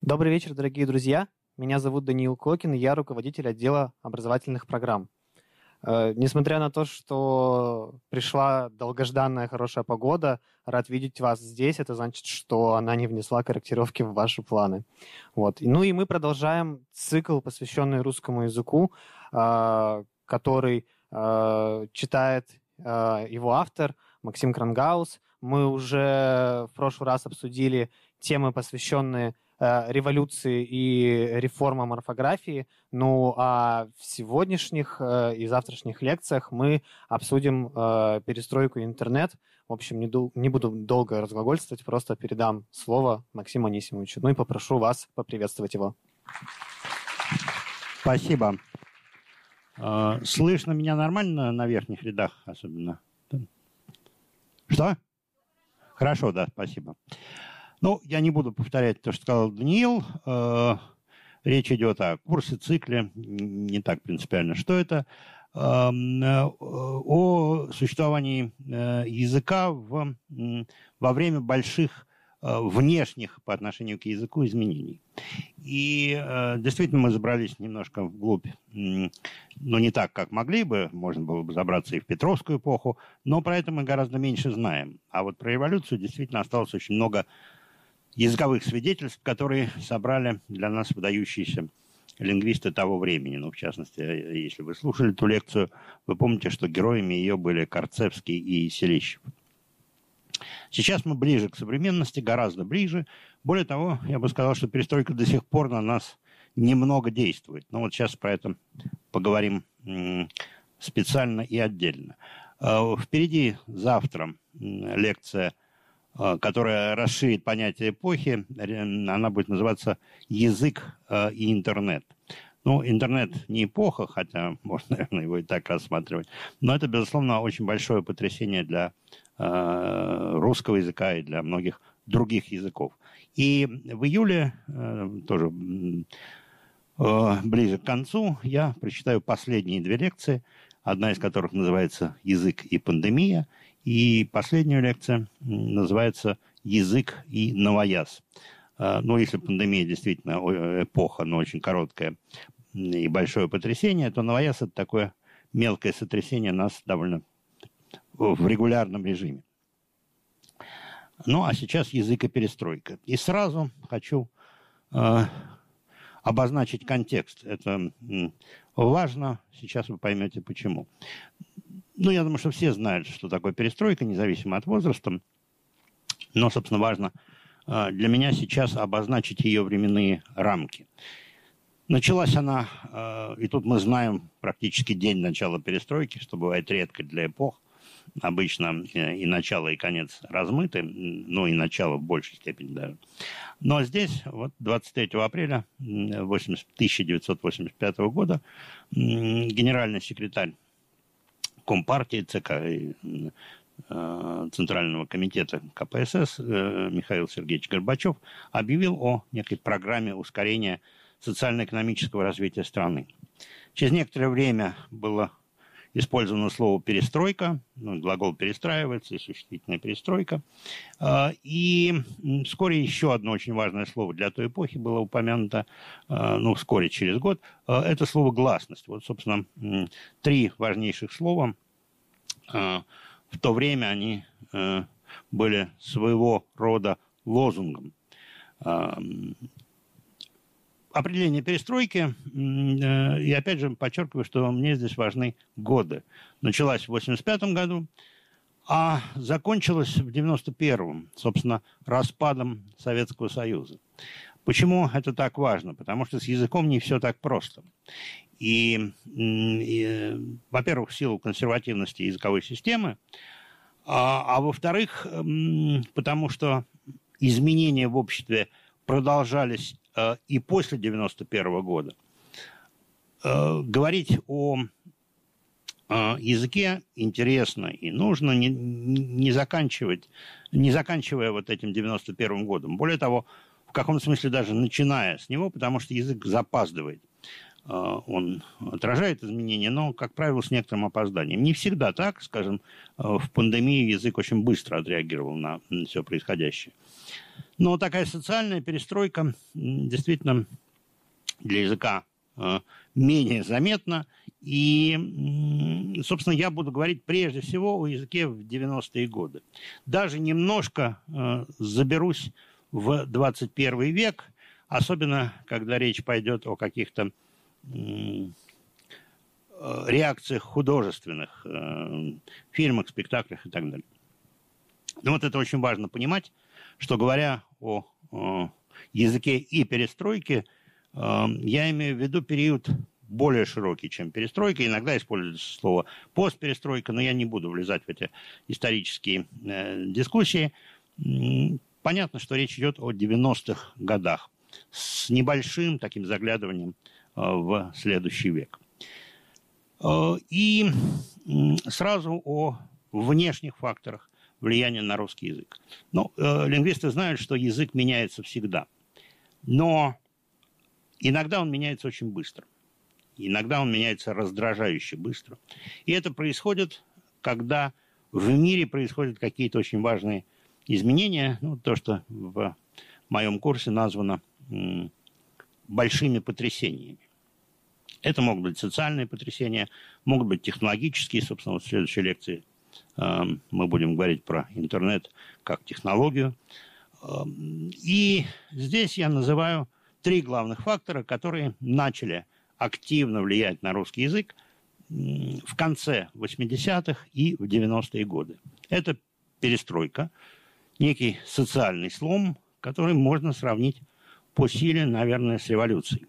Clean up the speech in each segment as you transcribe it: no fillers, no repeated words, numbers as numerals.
Добрый вечер, дорогие друзья. Меня зовут Даниил Кокин, и я руководитель отдела образовательных программ. Несмотря на то, что пришла долгожданная хорошая погода, рад видеть вас здесь. Это значит, что она не внесла корректировки в ваши планы. Вот. Ну и мы продолжаем цикл, посвященный русскому языку, который читает его автор Максим Крангаус. Мы уже в прошлый раз обсудили темы, посвященные революции и реформам орфографии. Ну, а в сегодняшних и завтрашних лекциях мы обсудим перестройку и интернет. В общем, не буду долго разглагольствовать, просто передам слово Максиму Анисимовичу. Ну и попрошу вас поприветствовать его. Спасибо. Слышно меня нормально на верхних рядах особенно? Что? Хорошо, да, спасибо. Ну, я не буду повторять то, что сказал Даниил. Речь идет о курсе, цикле, не так принципиально, что это, о существовании языка во время больших внешних по отношению к языку изменений. И действительно мы забрались немножко вглубь, но не так, как могли бы, можно было бы забраться и в Петровскую эпоху, но про это мы гораздо меньше знаем. А вот про революцию действительно осталось очень много языковых свидетельств, которые собрали для нас выдающиеся лингвисты того времени. Ну, в частности, если вы слушали эту лекцию, вы помните, что героями ее были Карцевский и Селищев. Сейчас мы ближе к современности, гораздо ближе. Более того, я бы сказал, что перестройка до сих пор на нас немного действует. Но вот сейчас про это поговорим специально и отдельно. Впереди завтра лекция, которая расширит понятие эпохи. Она будет называться «Язык и интернет». Ну, интернет не эпоха, хотя можно, наверное, его и так рассматривать, но это, безусловно, очень большое потрясение для русского языка и для многих других языков. И в июле, тоже ближе к концу, я прочитаю последние две лекции, одна из которых называется «Язык и пандемия», и последняя лекция называется «Язык и новояз». Ну, если пандемия действительно эпоха, но очень короткая и большое потрясение, то новояз – это такое мелкое сотрясение нас довольно в регулярном режиме. Ну, а сейчас язык и перестройка. И сразу хочу обозначить контекст. Это важно, сейчас вы поймете почему. Ну, я думаю, что все знают, что такое перестройка, независимо от возраста. Но, собственно, важно для меня сейчас обозначить ее временные рамки. Началась она, и тут мы знаем практически день начала перестройки, что бывает редко для эпох. Обычно и начало, и конец размыты, ну и начало в большей степени даже. Но здесь, вот 23 апреля 1985 года, генеральный секретарь Компартии, ЦК и Центрального комитета КПСС Михаил Сергеевич Горбачев объявил о некой программе ускорения социально-экономического развития страны. Через некоторое время было использовано слово «перестройка», ну, глагол «перестраивается» и существительная «перестройка». И вскоре еще одно очень важное слово для той эпохи было упомянуто, ну, вскоре, через год. Это слово «гласность». Вот, собственно, три важнейших слова. В то время они были своего рода лозунгом. Определение перестройки, и опять же подчеркиваю, что мне здесь важны годы. Началась в 1985 году, а закончилась в 1991, собственно, распадом Советского Союза. Почему это так важно? Потому что с языком не все так просто. И во-первых, в силу консервативности языковой системы, а во-вторых, потому что изменения в обществе продолжались и после 1991 года. Говорить о языке интересно и нужно, не заканчивая вот этим 91 годом. Более того, в каком смысле даже начиная с него, потому что язык запаздывает. он отражает изменения, но, как правило, с некоторым опозданием. Не всегда так, скажем, в пандемии язык очень быстро отреагировал на все происходящее. Но такая социальная перестройка действительно для языка менее заметна. И, собственно, я буду говорить прежде всего о языке в 90-е годы. Даже немножко заберусь в 21 век, особенно когда речь пойдет о каких-то реакциях художественных, фильмах, спектаклях и так далее. Но вот это очень важно понимать, что говоря о языке и перестройке, я имею в виду период более широкий, чем перестройка. Иногда используется слово постперестройка, но я не буду влезать в эти исторические дискуссии. Понятно, что речь идет о 90-х годах с небольшим таким заглядыванием в следующий век. И сразу о внешних факторах влияния на русский язык. Ну, лингвисты знают, что язык меняется всегда. Но иногда он меняется очень быстро. Иногда он меняется раздражающе быстро. И это происходит, когда в мире происходят какие-то очень важные изменения. Ну, то, что в моем курсе названо большими потрясениями. Это могут быть социальные потрясения, могут быть технологические. Собственно, вот в следующей лекции мы будем говорить про интернет как технологию. И здесь я называю 3 главных фактора, которые начали активно влиять на русский язык в конце 80-х и в 90-е годы. Это перестройка, некий социальный слом, который можно сравнить по силе, наверное, с революцией.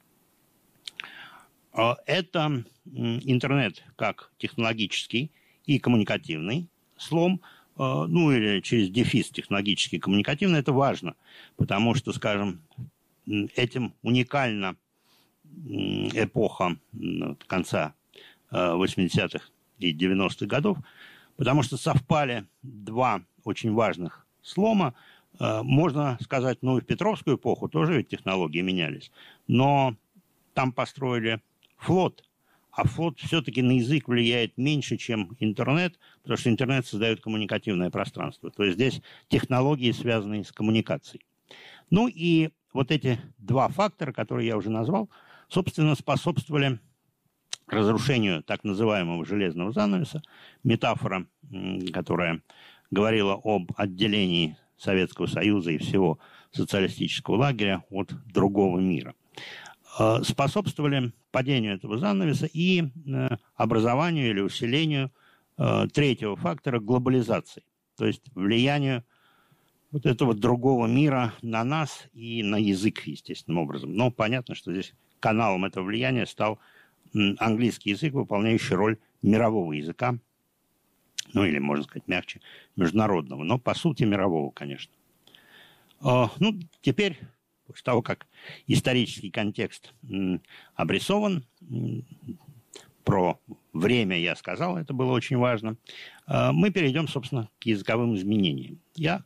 Это интернет как технологический и коммуникативный слом, ну или через дефис технологический и коммуникативный. Это важно, потому что, скажем, этим уникальна эпоха конца 80-х и 90-х годов, потому что совпали 2 очень важных слома. Можно сказать, ну и в Петровскую эпоху тоже ведь технологии менялись, но там построили флот, а флот все-таки на язык влияет меньше, чем интернет, потому что интернет создает коммуникативное пространство. То есть здесь технологии, связанные с коммуникацией. Ну и вот эти 2 фактора, которые я уже назвал, собственно, способствовали разрушению так называемого железного занавеса, метафора, которая говорила об отделении Советского Союза и всего социалистического лагеря от другого мира. Способствовали падению этого занавеса и образованию или усилению 3-го фактора глобализации, то есть влиянию вот этого другого мира на нас и на язык, естественным образом. Но понятно, что здесь каналом этого влияния стал английский язык, выполняющий роль мирового языка, ну или, можно сказать, мягче, международного, но по сути мирового, конечно. Ну, теперь, после того, как исторический контекст обрисован, про время я сказал, это было очень важно, мы перейдем, собственно, к языковым изменениям. Я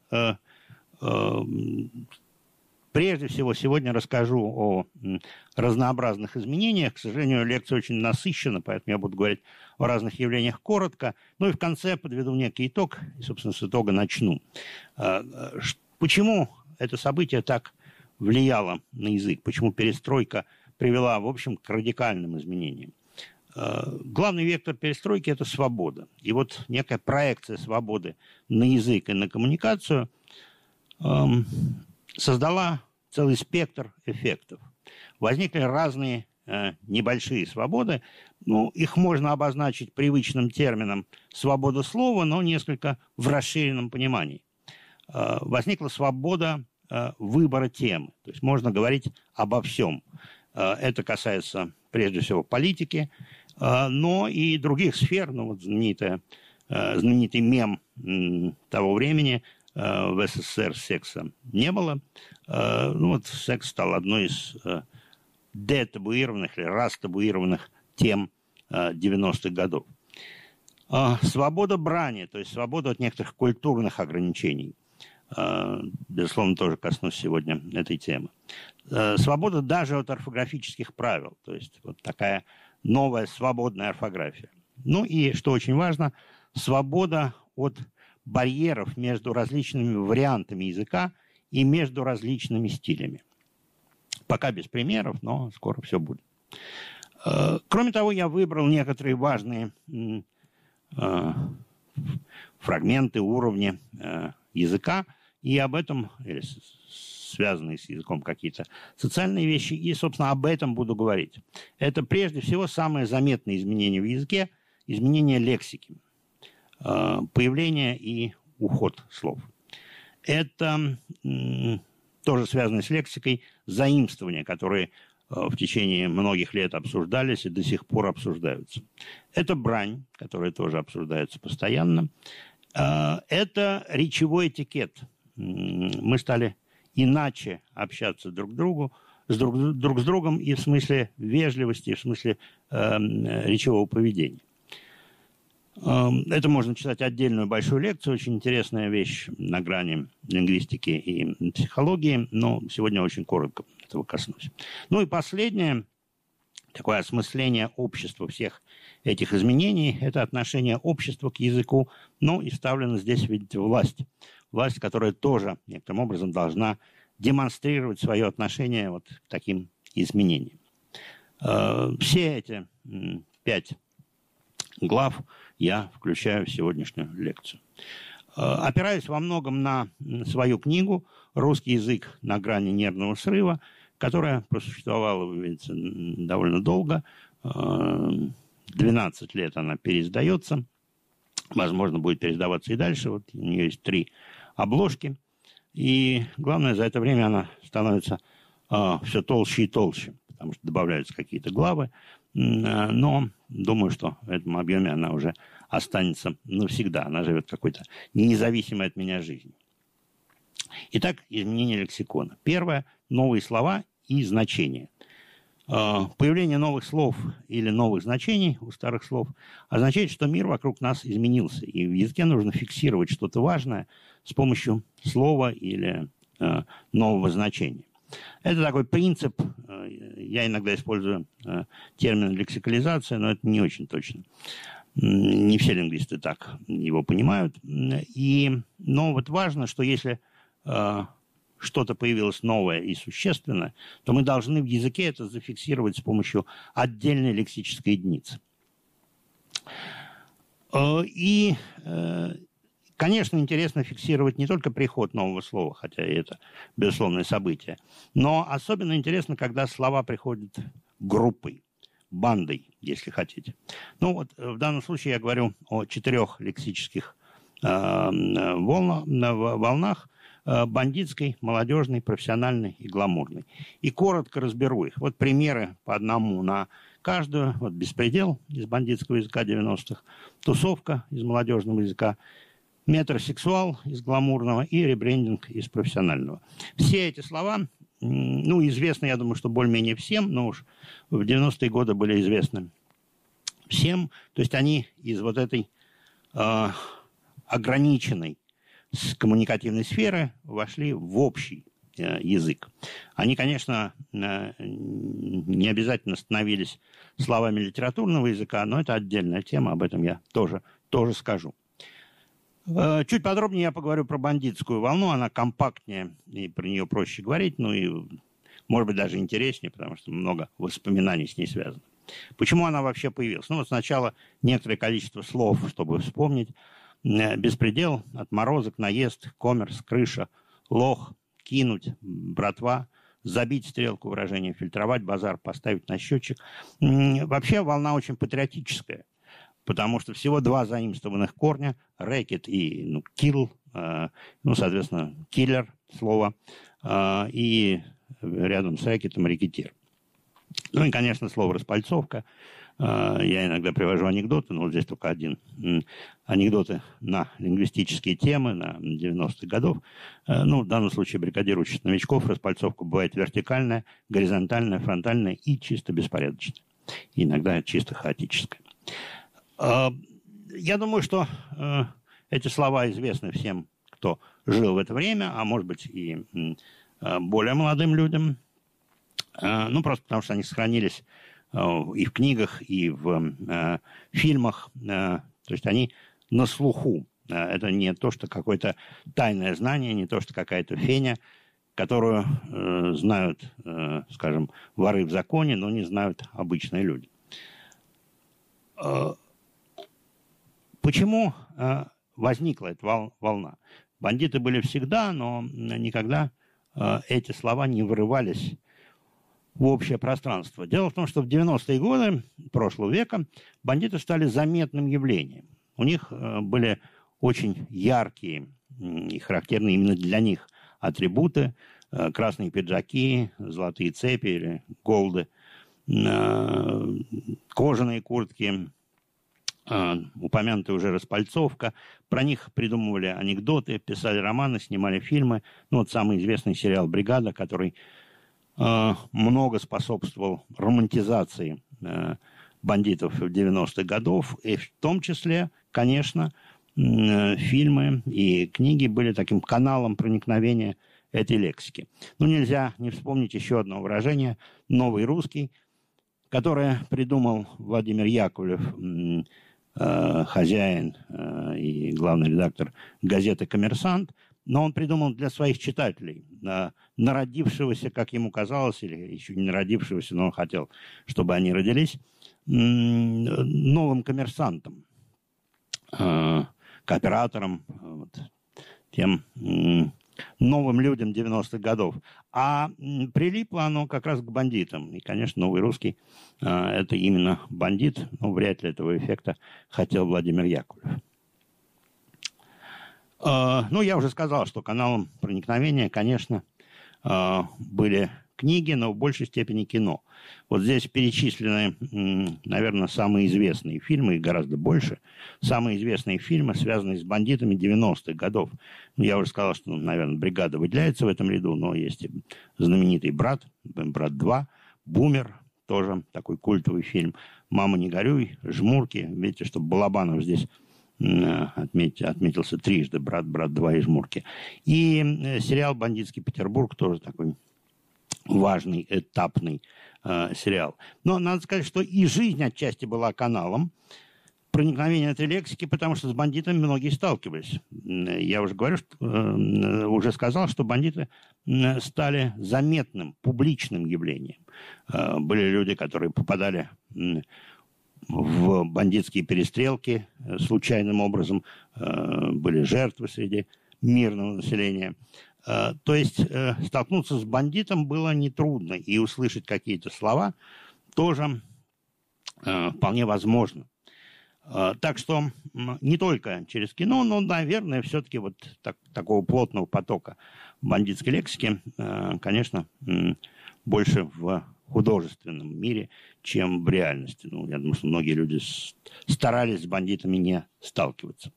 прежде всего сегодня расскажу о разнообразных изменениях. К сожалению, лекция очень насыщена, поэтому я буду говорить о разных явлениях коротко. Ну и в конце подведу некий итог, и, собственно, с итога начну. Почему это событие так влияло на язык? Почему перестройка привела, в общем, к радикальным изменениям? Главный вектор перестройки – это свобода. И вот некая проекция свободы на язык и на коммуникацию создала целый спектр эффектов. Возникли разные небольшие свободы. Ну, их можно обозначить привычным термином «свобода слова», но несколько в расширенном понимании. Возникла свобода выбора темы. То есть можно говорить обо всем. Это касается прежде всего политики, но и других сфер. Ну, вот знаменитый мем того времени – в СССР секса не было. Ну, вот секс стал одной из детабуированных или растабуированных тем 90-х годов. Свобода брани, то есть свобода от некоторых культурных ограничений. безусловно, тоже коснусь сегодня этой темы. Свобода даже от орфографических правил, то есть вот такая новая свободная орфография. Ну и, что очень важно, свобода от барьеров между различными вариантами языка и между различными стилями. Пока без примеров, но скоро все будет. Кроме того, я выбрал некоторые важные фрагменты, уровни языка, и об этом, или связанные с языком какие-то социальные вещи, и, собственно, об этом буду говорить. Это, прежде всего, самые заметные изменения в языке, изменения лексики, появление и уход слов. Это тоже связано с лексикой, заимствования, которые в течение многих лет обсуждались и до сих пор обсуждаются. Это брань, которая тоже обсуждается постоянно. Это речевой этикет. Мы стали иначе общаться друг с другом и в смысле вежливости, и в смысле речевого поведения. Это можно читать отдельную большую лекцию, очень интересная вещь на грани лингвистики и психологии, но сегодня очень коротко этого коснусь. Ну и последнее, такое осмысление общества всех этих изменений, это отношение общества к языку, ну и вставлена здесь, видите, власть. Власть, которая тоже некоторым образом должна демонстрировать свое отношение вот к таким изменениям. Все эти 5 глав я включаю в сегодняшнюю лекцию. Опираюсь во многом на свою книгу «Русский язык на грани нервного срыва», которая просуществовала, вы видите, довольно долго. 12 лет она переиздается. Возможно, будет переиздаваться и дальше. Вот у нее есть 3 обложки. И главное, за это время она становится все толще и толще, потому что добавляются какие-то главы. Но думаю, что в этом объеме она уже останется навсегда. Она живет какой-то независимой от меня жизнью. Итак, изменение лексикона. Первое – новые слова и значения. Появление новых слов или новых значений у старых слов означает, что мир вокруг нас изменился. И в языке нужно фиксировать что-то важное с помощью слова или нового значения. Это такой принцип, я иногда использую термин лексикализация, но это не очень точно. Не все лингвисты так его понимают. Но вот важно, что если что-то появилось новое и существенное, то мы должны в языке это зафиксировать с помощью отдельной лексической единицы. И, конечно, интересно фиксировать не только приход нового слова, хотя и это безусловное событие, но особенно интересно, когда слова приходят группой, бандой, если хотите. Ну вот в данном случае я говорю о 4 лексических волнах: бандитской, молодежной, профессиональной и гламурной. И коротко разберу их. Вот примеры по одному на каждую. Вот беспредел из бандитского языка 90-х, тусовка из молодежного языка, метросексуал из гламурного и ребрендинг из профессионального. Все эти слова, ну, известны, я думаю, что более-менее всем, но уж в 90-е годы были известны всем. То есть они из вот этой ограниченной с коммуникативной сферы вошли в общий язык. Они, конечно, не обязательно становились словами литературного языка, но это отдельная тема, об этом я тоже скажу. Чуть подробнее я поговорю про бандитскую волну, она компактнее, и про нее проще говорить, ну и, может быть, даже интереснее, потому что много воспоминаний с ней связано. Почему она вообще появилась? Ну, вот сначала некоторое количество слов, чтобы вспомнить. Беспредел, отморозок, наезд, коммерс, крыша, лох, кинуть, братва, забить стрелку, выражение, фильтровать, базар, поставить на счетчик. Вообще волна очень патриотическая, потому что всего 2 заимствованных корня, рэкет и kill, соответственно, киллер, слово, и рядом с рэкетом рэкетир. Ну и, конечно, слово распальцовка. Я иногда привожу анекдоты, но вот здесь только один. Анекдоты на лингвистические темы, на 90-х годов. Ну, в данном случае бригадир учит новичков. Распальцовка бывает вертикальная, горизонтальная, фронтальная и чисто беспорядочная. Иногда чисто хаотическая. Я думаю, что эти слова известны всем, кто жил в это время, а может быть и более молодым людям. Ну, просто потому что они сохранились и в книгах, и в фильмах. То есть они на слуху. Это не то, что какое-то тайное знание, не то, что какая-то феня, которую знают, скажем, воры в законе, но не знают обычные люди. Почему возникла эта волна? Бандиты были всегда, но никогда эти слова не вырывались в общее пространство. Дело в том, что в 90-е годы прошлого века бандиты стали заметным явлением. У них были очень яркие и характерные именно для них атрибуты: красные пиджаки, золотые цепи или голды, кожаные куртки, упомянутая уже распальцовка. Про них придумывали анекдоты, писали романы, снимали фильмы. Ну, вот самый известный сериал «Бригада», который много способствовал романтизации бандитов 90-х годов. И в том числе, конечно, фильмы и книги были таким каналом проникновения этой лексики. Ну, нельзя не вспомнить еще одно выражение «новый русский», которое придумал Владимир Яковлев, хозяин и главный редактор газеты «Коммерсант», но он придумал для своих читателей, народившегося, как ему казалось, или еще не народившегося, но он хотел, чтобы они родились, новым коммерсантом, кооператором, вот, тем новым людям 90-х годов. А прилипло оно как раз к бандитам. И, конечно, «Новый русский» — это именно бандит, но вряд ли этого эффекта хотел Владимир Яковлев. Ну, я уже сказал, что каналом проникновения, конечно, были книги, но в большей степени кино. Вот здесь перечислены, наверное, самые известные фильмы, их гораздо больше. Самые известные фильмы, связанные с бандитами 90-х годов. Я уже сказал, что, наверное, «Бригада» выделяется в этом ряду, но есть и знаменитый «Брат», «Брат 2», «Бумер», тоже такой культовый фильм, «Мама, не горюй», «Жмурки». Видите, что Балабанов здесь отметился трижды: «Брат», «Брат 2» и «Жмурки». И сериал «Бандитский Петербург» тоже такой важный, этапный сериал. Но надо сказать, что и жизнь отчасти была каналом проникновения этой лексики, потому что с бандитами многие сталкивались. Я уже говорю, уже сказал, что бандиты стали заметным, публичным явлением. Были люди, которые попадали в бандитские перестрелки случайным образом, были жертвы среди мирного населения. То есть столкнуться с бандитом было нетрудно, и услышать какие-то слова тоже вполне возможно. Так что не только через кино, но, наверное, все-таки вот такого плотного потока бандитской лексики, конечно, больше в художественном мире, чем в реальности. Ну, я думаю, что многие люди старались с бандитами не сталкиваться.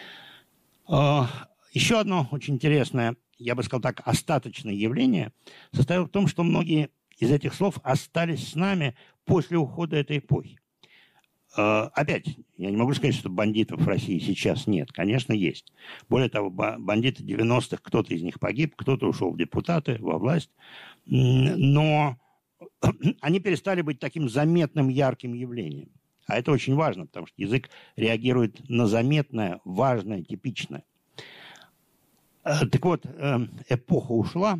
Еще одно очень интересное, я бы сказал так, остаточное явление состояло в том, что многие из этих слов остались с нами после ухода этой эпохи. Опять, я не могу сказать, что бандитов в России сейчас нет. Конечно, есть. Более того, бандиты 90-х, кто-то из них погиб, кто-то ушел в депутаты, во власть. Но они перестали быть таким заметным, ярким явлением. А это очень важно, потому что язык реагирует на заметное, важное, типичное. Так вот, эпоха ушла.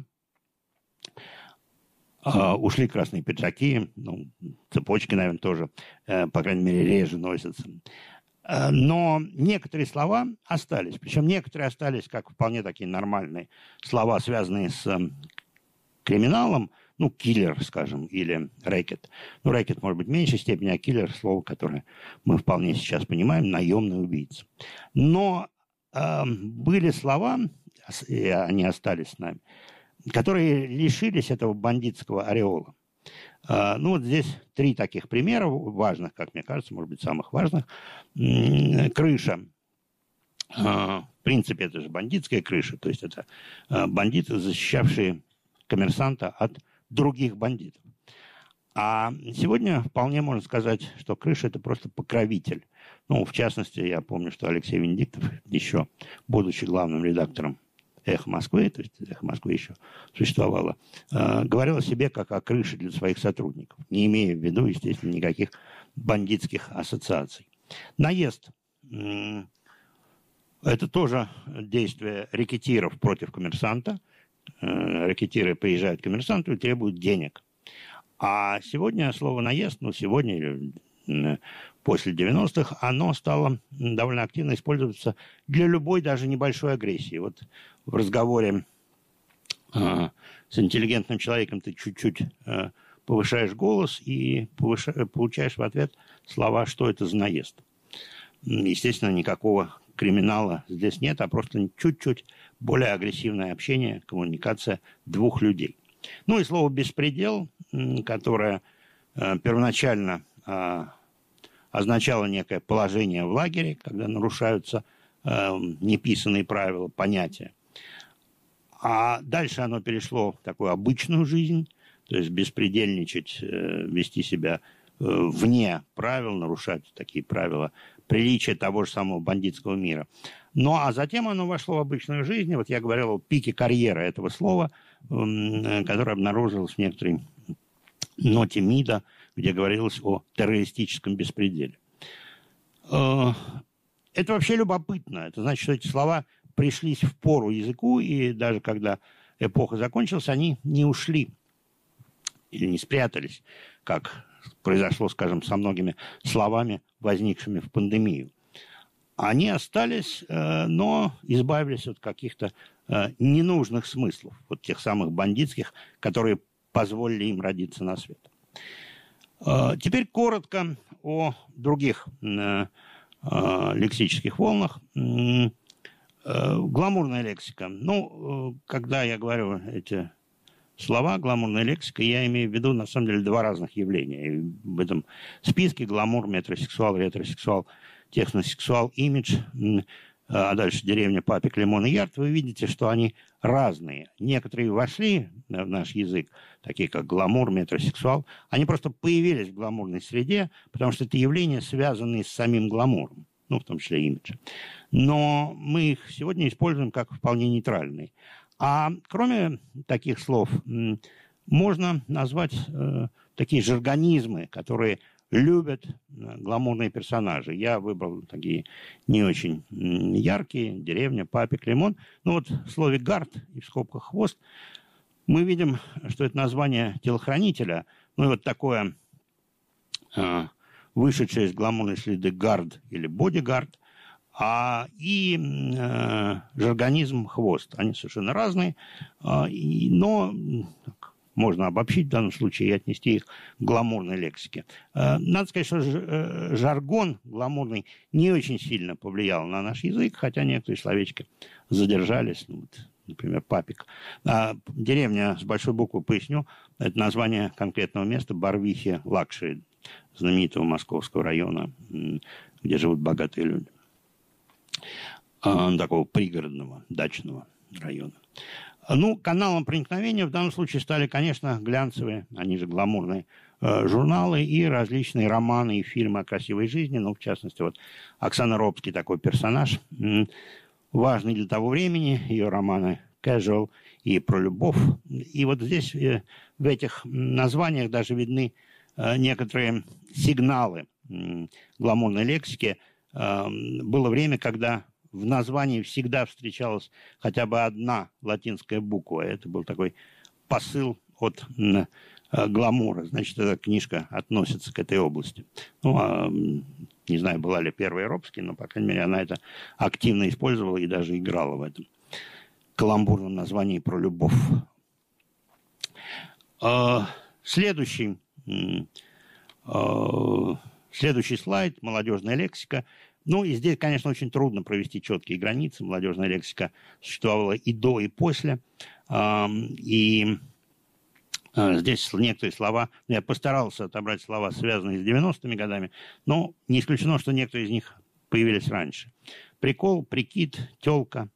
Ушли красные пиджаки, ну, цепочки, наверное, тоже, по крайней мере, реже носятся. Но некоторые слова остались. Причем некоторые остались как вполне такие нормальные слова, связанные с криминалом. Ну, киллер, скажем, или рэкет. Ну, рэкет, может быть, в меньшей степени, а киллер — слово, которое мы вполне сейчас понимаем, наемный убийца. Но были слова, и они остались с нами, которые лишились этого бандитского ореола. Ну, вот здесь три таких примера важных, как мне кажется, может быть, самых важных. Крыша. В принципе, это же бандитская крыша, то есть это бандиты, защищавшие коммерсанта от других бандитов. А сегодня вполне можно сказать, что крыша – это просто покровитель. Ну, в частности, я помню, что Алексей Венедиктов, еще будучи главным редактором «Эхо Москвы», то есть «Эхо Москвы» еще существовало, говорил о себе как о крыше для своих сотрудников, не имея в виду, естественно, никаких бандитских ассоциаций. Наезд – это тоже действие рэкетиров против коммерсанта. Рэкетиры приезжают к коммерсанту и требуют денег. А сегодня слово «наезд», ну, сегодня или после 90-х, оно стало довольно активно использоваться для любой, даже небольшой агрессии. Вот в разговоре с интеллигентным человеком ты чуть-чуть повышаешь голос и получаешь в ответ слова «что это за наезд?». Естественно, никакого криминала здесь нет, а просто чуть-чуть более агрессивное общение, коммуникация двух людей. Ну и слово «беспредел», которое первоначально означало некое положение в лагере, когда нарушаются неписанные правила, понятия. А дальше оно перешло в такую обычную жизнь, то есть беспредельничать, вести себя вне правил, нарушать такие правила, приличия того же самого бандитского мира. Ну, а затем оно вошло в обычную жизнь. Вот я говорил о пике карьеры этого слова, которое обнаружилось в некоторой ноте МИДа, где говорилось о террористическом беспределе. Это вообще любопытно. Это значит, что эти слова пришлись в пору языку, и даже когда эпоха закончилась, они не ушли или не спрятались, как произошло, скажем, со многими словами, возникшими в пандемию. Они остались, но избавились от каких-то ненужных смыслов, вот тех самых бандитских, которые позволили им родиться на свет. Теперь коротко о других лексических волнах. Гламурная лексика. Ну, когда я говорю эти слова, гламурная лексика, я имею в виду, на самом деле, два разных явления. И в этом списке гламур, метросексуал, ретросексуал, техносексуал, имидж, а дальше деревня, папик, лимон и ярд, вы видите, что они разные. Некоторые вошли в наш язык, такие как гламур, метросексуал, они просто появились в гламурной среде, потому что это явления, связанные с самим гламуром, ну, в том числе имидж. Но мы их сегодня используем как вполне нейтральные. А кроме таких слов, можно назвать такие жаргонизмы, которые любят гламурные персонажи. Я выбрал такие не очень яркие: деревня, папик, лимон. Ну вот в слове «гард» и в скобках «хвост» мы видим, что это название телохранителя. Ну и вот такое вышедшее из гламурной среды гард или бодигард, и жаргонизм «хвост». Они совершенно разные, но можно обобщить в данном случае и отнести их к гламурной лексике. Надо сказать, что жаргон гламурный не очень сильно повлиял на наш язык, хотя некоторые словечки задержались. Ну, вот, например, папик. Деревня с большой буквы, поясню, это название конкретного места Барвихи-Лакши, знаменитого московского района, где живут богатые люди. Такого пригородного, дачного района. Ну, каналом проникновения в данном случае стали, конечно, глянцевые, они же гламурные журналы и различные романы и фильмы о красивой жизни. Ну, в частности, вот Оксана Робский такой персонаж, важный для того времени, ее романы «Casual» и «Про любовь». И вот здесь в этих названиях даже видны некоторые сигналы гламурной лексики. Было время, когда в названии всегда встречалась хотя бы одна латинская буква. Это был такой посыл от гламура. Значит, эта книжка относится к этой области. Ну, не знаю, была ли первая Робский, но, по крайней мере, она это активно использовала и даже играла в этом каламбурном названии «Про любовь». Следующий слайд – молодежная лексика. Ну, и здесь, конечно, очень трудно провести четкие границы. Молодежная лексика существовала и до, и после. И здесь некоторые слова... Я постарался отобрать слова, связанные с 90-ми годами, но не исключено, что некоторые из них появились раньше. Прикол, прикид, тёлка,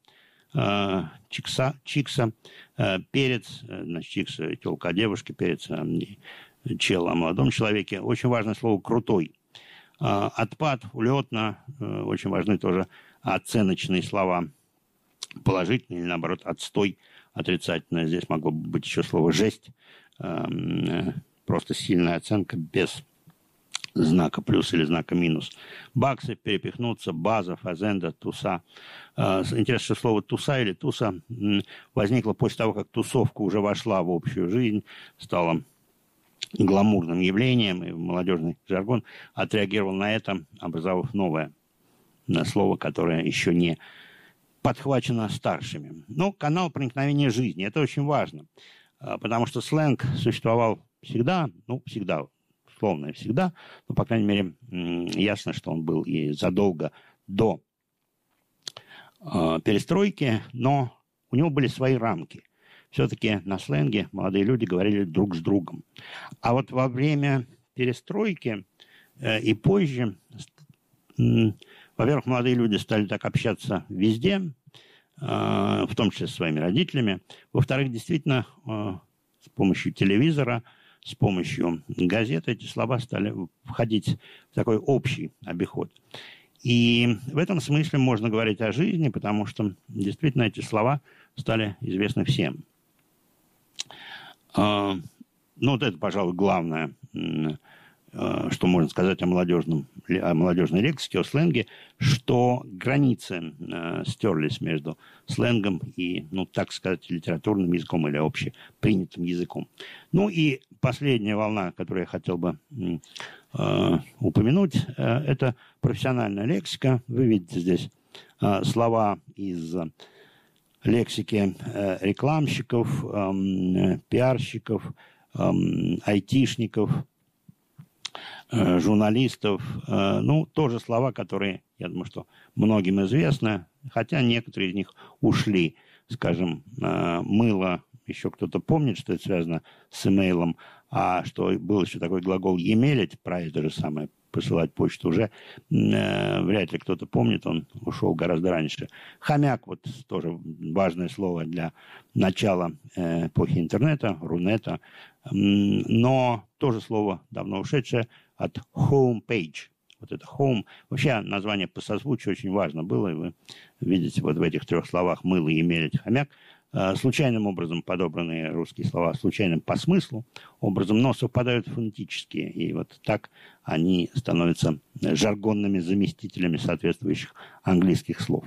чикса, перец, значит, чикса, тёлка о девушке, перец чел о молодом человеке. Очень важное слово «крутой». Отпад, улетно, очень важны тоже оценочные слова. Положительный или, наоборот, отстой, отрицательное. Здесь могло бы быть еще слово «жесть». Просто сильная оценка без знака плюс или знака минус. Баксы, перепихнуться, база, фазенда, туса. Интересно, что слово туса или туса возникло после того, как тусовка уже вошла в общую жизнь, стала гламурным явлением, и молодежный жаргон отреагировал на это, образовав новое слово, которое еще не подхвачено старшими. Но канал проникновения жизни, это очень важно, потому что сленг существовал всегда, всегда, условно всегда, но, по крайней мере, ясно, что он был и задолго до перестройки, но у него были свои рамки. Все-таки на сленге молодые люди говорили друг с другом. А вот во время перестройки и позже, во-первых, молодые люди стали так общаться везде, в том числе со своими родителями. Во-вторых, действительно, с помощью телевизора, с помощью газет эти слова стали входить в такой общий обиход. И в этом смысле можно говорить о жизни, потому что действительно эти слова стали известны всем. Вот это, пожалуй, главное, что можно сказать о молодежной лексике, о сленге, что границы стерлись между сленгом и, так сказать, литературным языком или общепринятым языком. И последняя волна, которую я хотел бы упомянуть, это профессиональная лексика. Вы видите здесь слова из лексики рекламщиков, пиарщиков, айтишников, журналистов. Тоже слова, которые, я думаю, что многим известны, хотя некоторые из них ушли. Скажем, мыло, еще кто-то помнит, что это связано с имейлом, а что был еще такой глагол «емелить», про это же самое, посылать почту, уже вряд ли кто-то помнит, он ушел гораздо раньше. Хомяк, тоже важное слово для начала эпохи интернета, рунета, но тоже слово давно ушедшее от homepage. Вот это home, вообще название по созвучию очень важно было, и вы видите в этих трех словах «мыло», «емелить», «хомяк», случайным образом подобранные русские слова, случайным по смыслу образом, но совпадают фонетически. И так они становятся жаргонными заместителями соответствующих английских слов.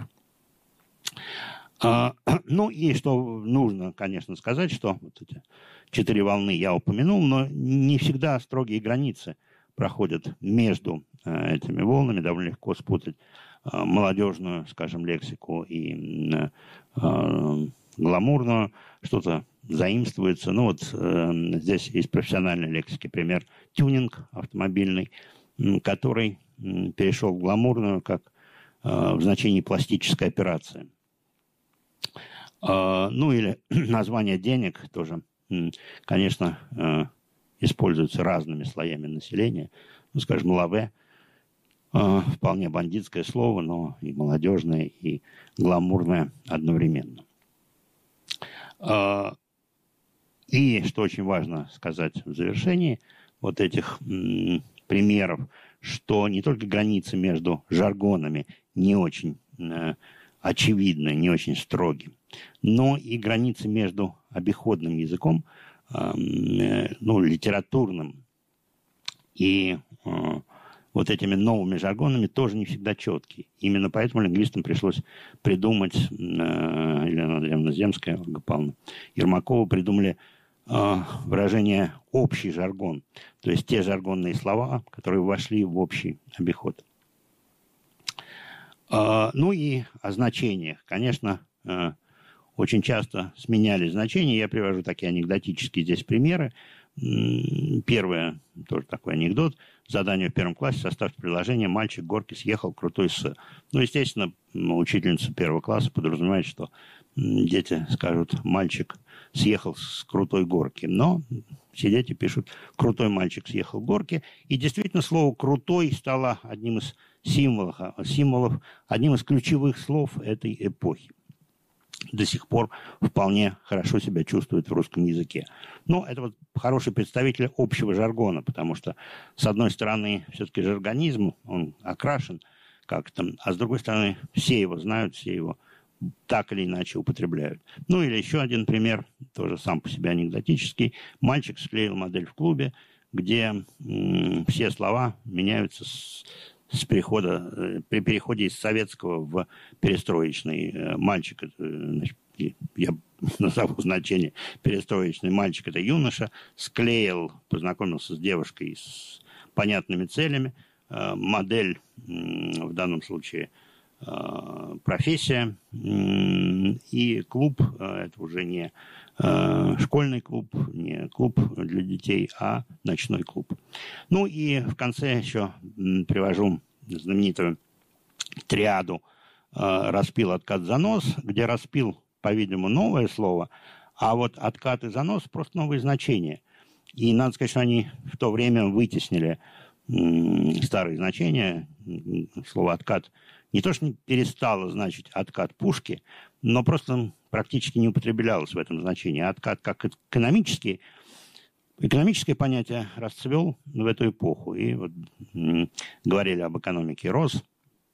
И что нужно, конечно, сказать, что эти 4 волны я упомянул, но не всегда строгие границы проходят между этими волнами. Довольно легко спутать молодежную, скажем, лексику и гламурную, что-то заимствуется. Здесь из профессиональной лексики пример тюнинг автомобильный, который перешел в гламурную как в значении пластической операции. Или название денег тоже, конечно, используются разными слоями населения. Скажем, лаве, вполне бандитское слово, но и молодежное, и гламурное одновременно. И, что очень важно сказать в завершении этих примеров, что не только границы между жаргонами не очень очевидны, не очень строгие, но и границы между обиходным языком, литературным и этими новыми жаргонами тоже не всегда четкие. Именно поэтому лингвистам пришлось придумать, Елена Андреевна Земская, Ольга Павловна Ермакова придумали выражение «общий жаргон», то есть те жаргонные слова, которые вошли в общий обиход. И о значениях. Конечно, очень часто сменялись значения. Я привожу такие анекдотические здесь примеры. Первое, тоже такой анекдот. Задание в 1 классе: составьте приложение «Мальчик горки съехал, крутой с». Естественно, учительница 1 класса подразумевает, что дети скажут «мальчик съехал с крутой горки». Но все дети пишут «крутой мальчик съехал с горки». И действительно, слово «крутой» стало одним из символов, одним из ключевых слов этой эпохи. до сих пор вполне хорошо себя чувствует в русском языке. Но это вот хороший представитель общего жаргона, потому что, с одной стороны, все-таки жаргонизм, он окрашен как-то, а с другой стороны, все его знают, все его так или иначе употребляют. Ну или еще один пример, тоже сам по себе анекдотический. Мальчик склеил модель в клубе, где все слова меняются при переходе из советского в перестроечный. Мальчик, значит, я назову значение, перестроечный мальчик, это юноша, склеил, познакомился с девушкой с понятными целями. Модель, в данном случае, профессия, и клуб, это уже не школьный клуб, не клуб для детей, а ночной клуб. Ну и в конце еще привожу знаменитую триаду распил, откат, занос, где распил, по-видимому, новое слово, а вот откат и занос просто новые значения. И надо сказать, что они в то время вытеснили старые значения. Слово «откат» не то, что не перестало значить «откат пушки», но просто практически не употреблялось в этом значении. Откат как экономическое понятие расцвел в эту эпоху. И вот говорили об экономике роз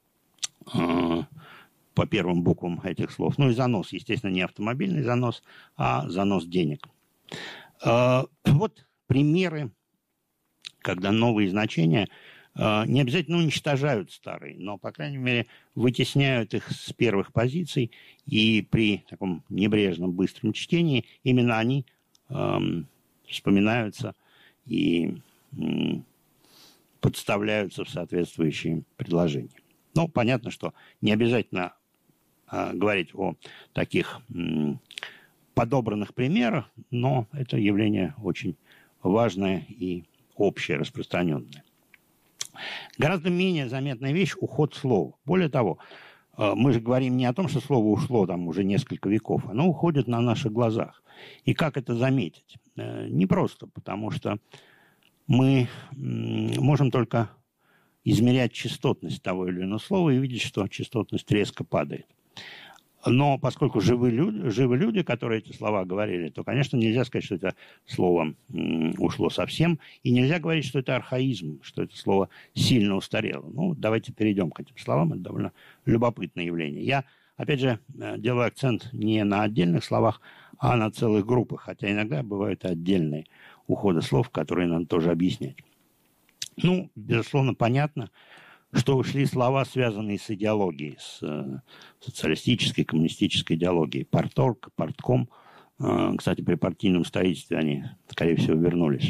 по первым буквам этих слов. Ну и занос, естественно, не автомобильный занос, а занос денег. Вот примеры, когда новые значения не обязательно уничтожают старые, но, по крайней мере, вытесняют их с первых позиций, и при таком небрежном, быстром чтении именно они вспоминаются и подставляются в соответствующие предложения. Ну, понятно, что не обязательно говорить о таких подобранных примерах, но это явление очень важное и общее, распространенное. Гораздо менее заметная вещь – уход слова. Более того, мы же говорим не о том, что слово ушло там уже несколько веков, оно уходит на наших глазах. И как это заметить? Непросто, потому что мы можем только измерять частотность того или иного слова и видеть, что частотность резко падает. Но поскольку живы люди, которые эти слова говорили, то, конечно, нельзя сказать, что это слово ушло совсем, и нельзя говорить, что это архаизм, что это слово сильно устарело. Ну, давайте перейдем к этим словам, это довольно любопытное явление. Я, опять же, делаю акцент не на отдельных словах, а на целых группах, хотя иногда бывают и отдельные уходы слов, которые надо тоже объяснять. Ну, безусловно, понятно, что ушли слова, связанные с идеологией, с социалистической, коммунистической идеологией. Парторг, партком, кстати, при партийном строительстве они, скорее всего, вернулись.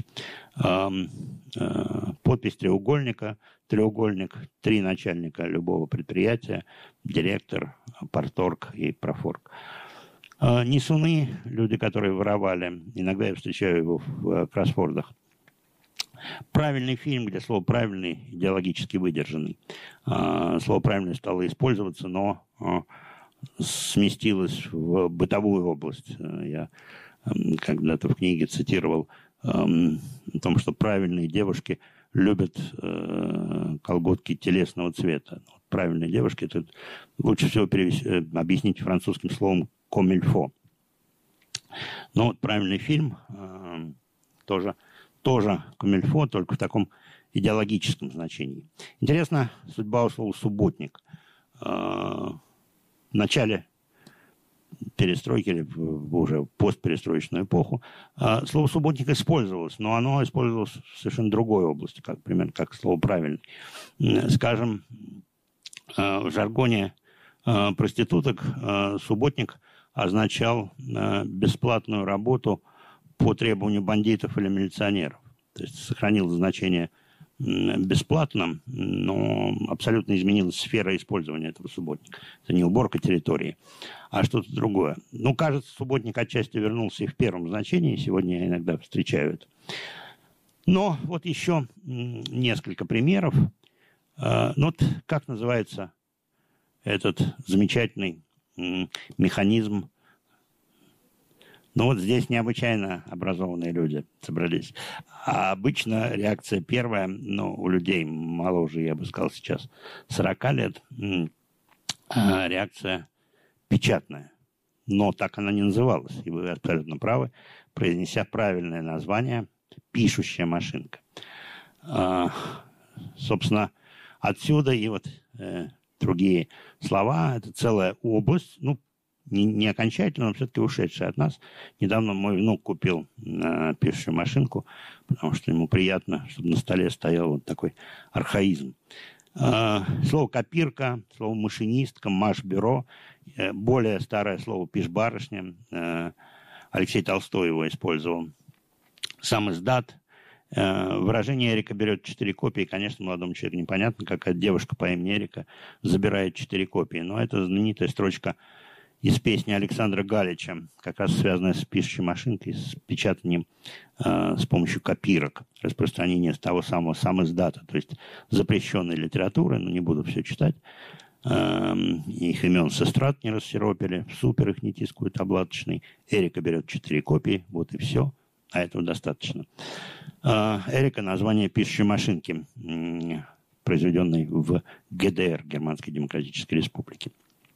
Подпись треугольника, треугольник, 3 начальника любого предприятия, директор, парторг и профорг. Несуны, люди, которые воровали, иногда я встречаю его в кроссвордах. Правильный фильм, где слово «правильный» идеологически выдержанный. Слово «правильный» стало использоваться, но сместилось в бытовую область. Я когда-то в книге цитировал о том, что правильные девушки любят колготки телесного цвета. Правильные девушки, это лучше всего объяснить французским словом «комильфо». Но вот правильный фильм тоже комильфо, только в таком идеологическом значении. Интересна судьба у слова «субботник». В начале перестройки или уже постперестроечную эпоху слово «субботник» использовалось, но оно использовалось в совершенно другой области, примерно как слово «правильный». Скажем, в жаргоне проституток субботник означал бесплатную работу по требованию бандитов или милиционеров. То есть сохранилось значение бесплатно, но абсолютно изменилась сфера использования этого субботника. Это не уборка территории, а что-то другое. Ну, кажется, субботник отчасти вернулся и в первом значении. Сегодня я иногда встречаю это. Но вот еще несколько примеров. Вот как называется этот замечательный механизм. Ну вот здесь необычайно образованные люди собрались. А обычно реакция первая, у людей моложе, я бы сказал, сейчас 40 лет, реакция печатная. но так она не называлась. И вы абсолютно правы, произнеся правильное название «пишущая машинка». Собственно, отсюда и вот другие слова. Это целая область, ну, не окончательно, но все-таки ушедшая от нас. Недавно мой внук купил пишущую машинку, потому что ему приятно, чтобы на столе стоял вот такой архаизм. Слово «копирка», слово «машинистка», «машбюро», более старое слово «пишбарышня». Алексей Толстой его использовал. Сам издат. Выражение «Эрика берет 4 копии». Конечно, молодому человеку непонятно, какая девушка по имени Эрика забирает 4 копии. Но это знаменитая строчка из песни Александра Галича, как раз связанная с пишущей машинкой, с печатанием с помощью копирок, распространение того самого самиздата, то есть запрещенной литературы, но не буду все читать. Их имен с эстрад не рассиропили, в супер их не тискуют облаточный. Эрика берет 4 копии, вот и все, а этого достаточно. Эрика — название пишущей машинки, произведенной в ГДР, Германской Демократической Республике.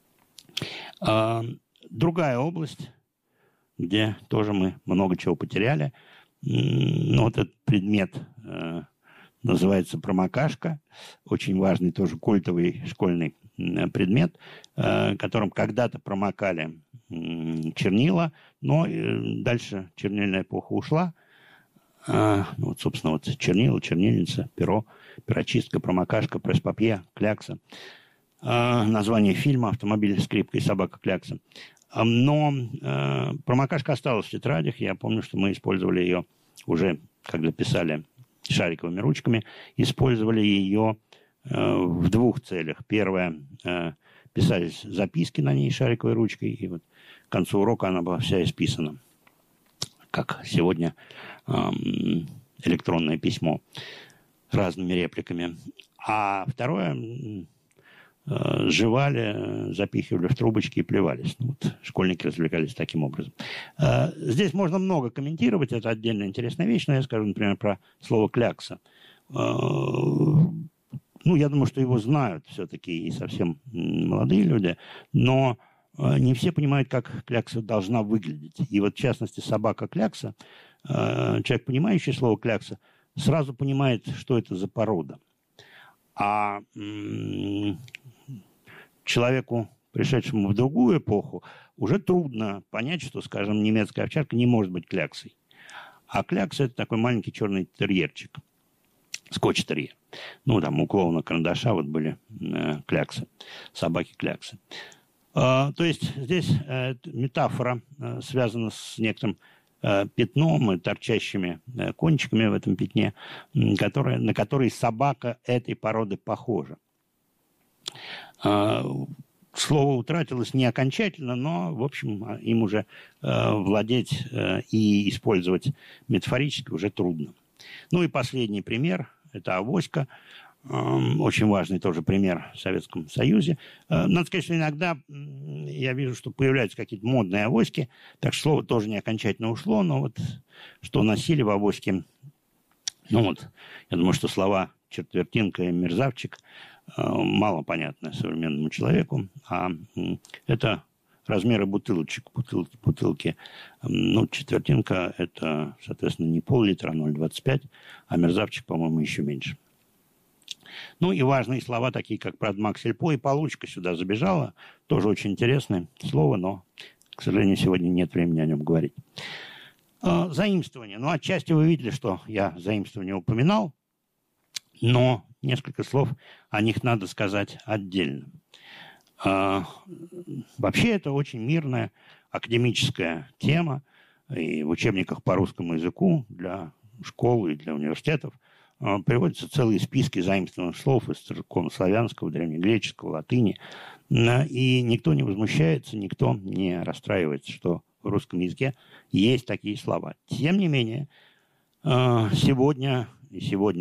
Другая область, где тоже мы много чего потеряли, ну, вот этот предмет называется промокашка, очень важный, тоже культовый школьный предмет, которым когда-то промокали чернила, но дальше чернильная эпоха ушла. Ну, вот, собственно, вот чернила, чернильница, перо, перочистка, промокашка, пресс-папье, клякса. Название фильма «Автомобиль, скрипка и собака клякса». Но промокашка осталась в тетрадях. Я помню, что мы использовали ее уже, когда писали шариковыми ручками, использовали ее в двух целях. Первое, писались записки на ней шариковой ручкой, и вот к концу урока она была вся исписана, как сегодня электронное письмо, разными репликами. А второе, жевали, запихивали в трубочки и плевались. Ну, вот, школьники развлекались таким образом. Здесь можно много комментировать, это отдельно интересная вещь, но я скажу, например, про слово «клякса». Ну, я думаю, что его знают все-таки и совсем молодые люди, но не все понимают, как клякса должна выглядеть. И вот, в частности, собака-клякса, человек, понимающий слово «клякса», сразу понимает, что это за порода. А человеку, пришедшему в другую эпоху, уже трудно понять, что, скажем, немецкая овчарка не может быть кляксой. А клякса – это такой маленький черный терьерчик, скотч-терьер. Ну, там у клоуна-карандаша вот были кляксы, собаки-кляксы. То есть здесь метафора связана с некоторым пятном и торчащими кончиками в этом пятне, на который собака этой породы похожа. Слово утратилось не окончательно, но, в общем, им уже владеть и использовать метафорически уже трудно. Ну и последний пример – это авоська. Очень важный тоже пример в Советском Союзе. Надо сказать, что иногда я вижу, что появляются какие-то модные авоськи, так что слово тоже не окончательно ушло, но вот что носили в авоське, ну вот, я думаю, что слова «четвертинка» и «мерзавчик» мало понятны современному человеку, а это размеры бутылочек, бутылки. Ну, четвертинка – это, соответственно, не пол-литра, а 0,25, а мерзавчик, по-моему, еще меньше. Ну и важные слова, такие как «продмаг-сельпо» и «получка» сюда забежала. Тоже очень интересное слово, но, к сожалению, сегодня нет времени о нем говорить. Заимствование. Ну, отчасти вы видели, что я заимствование упоминал, но несколько слов о них надо сказать отдельно. Вообще это очень мирная академическая тема, и в учебниках по русскому языку для школ и для университетов приводятся целые списки заимствованных слов из церковнославянского, древнегреческого, латыни, и никто не возмущается, никто не расстраивается, что в русском языке есть такие слова. Тем не менее, сегодня в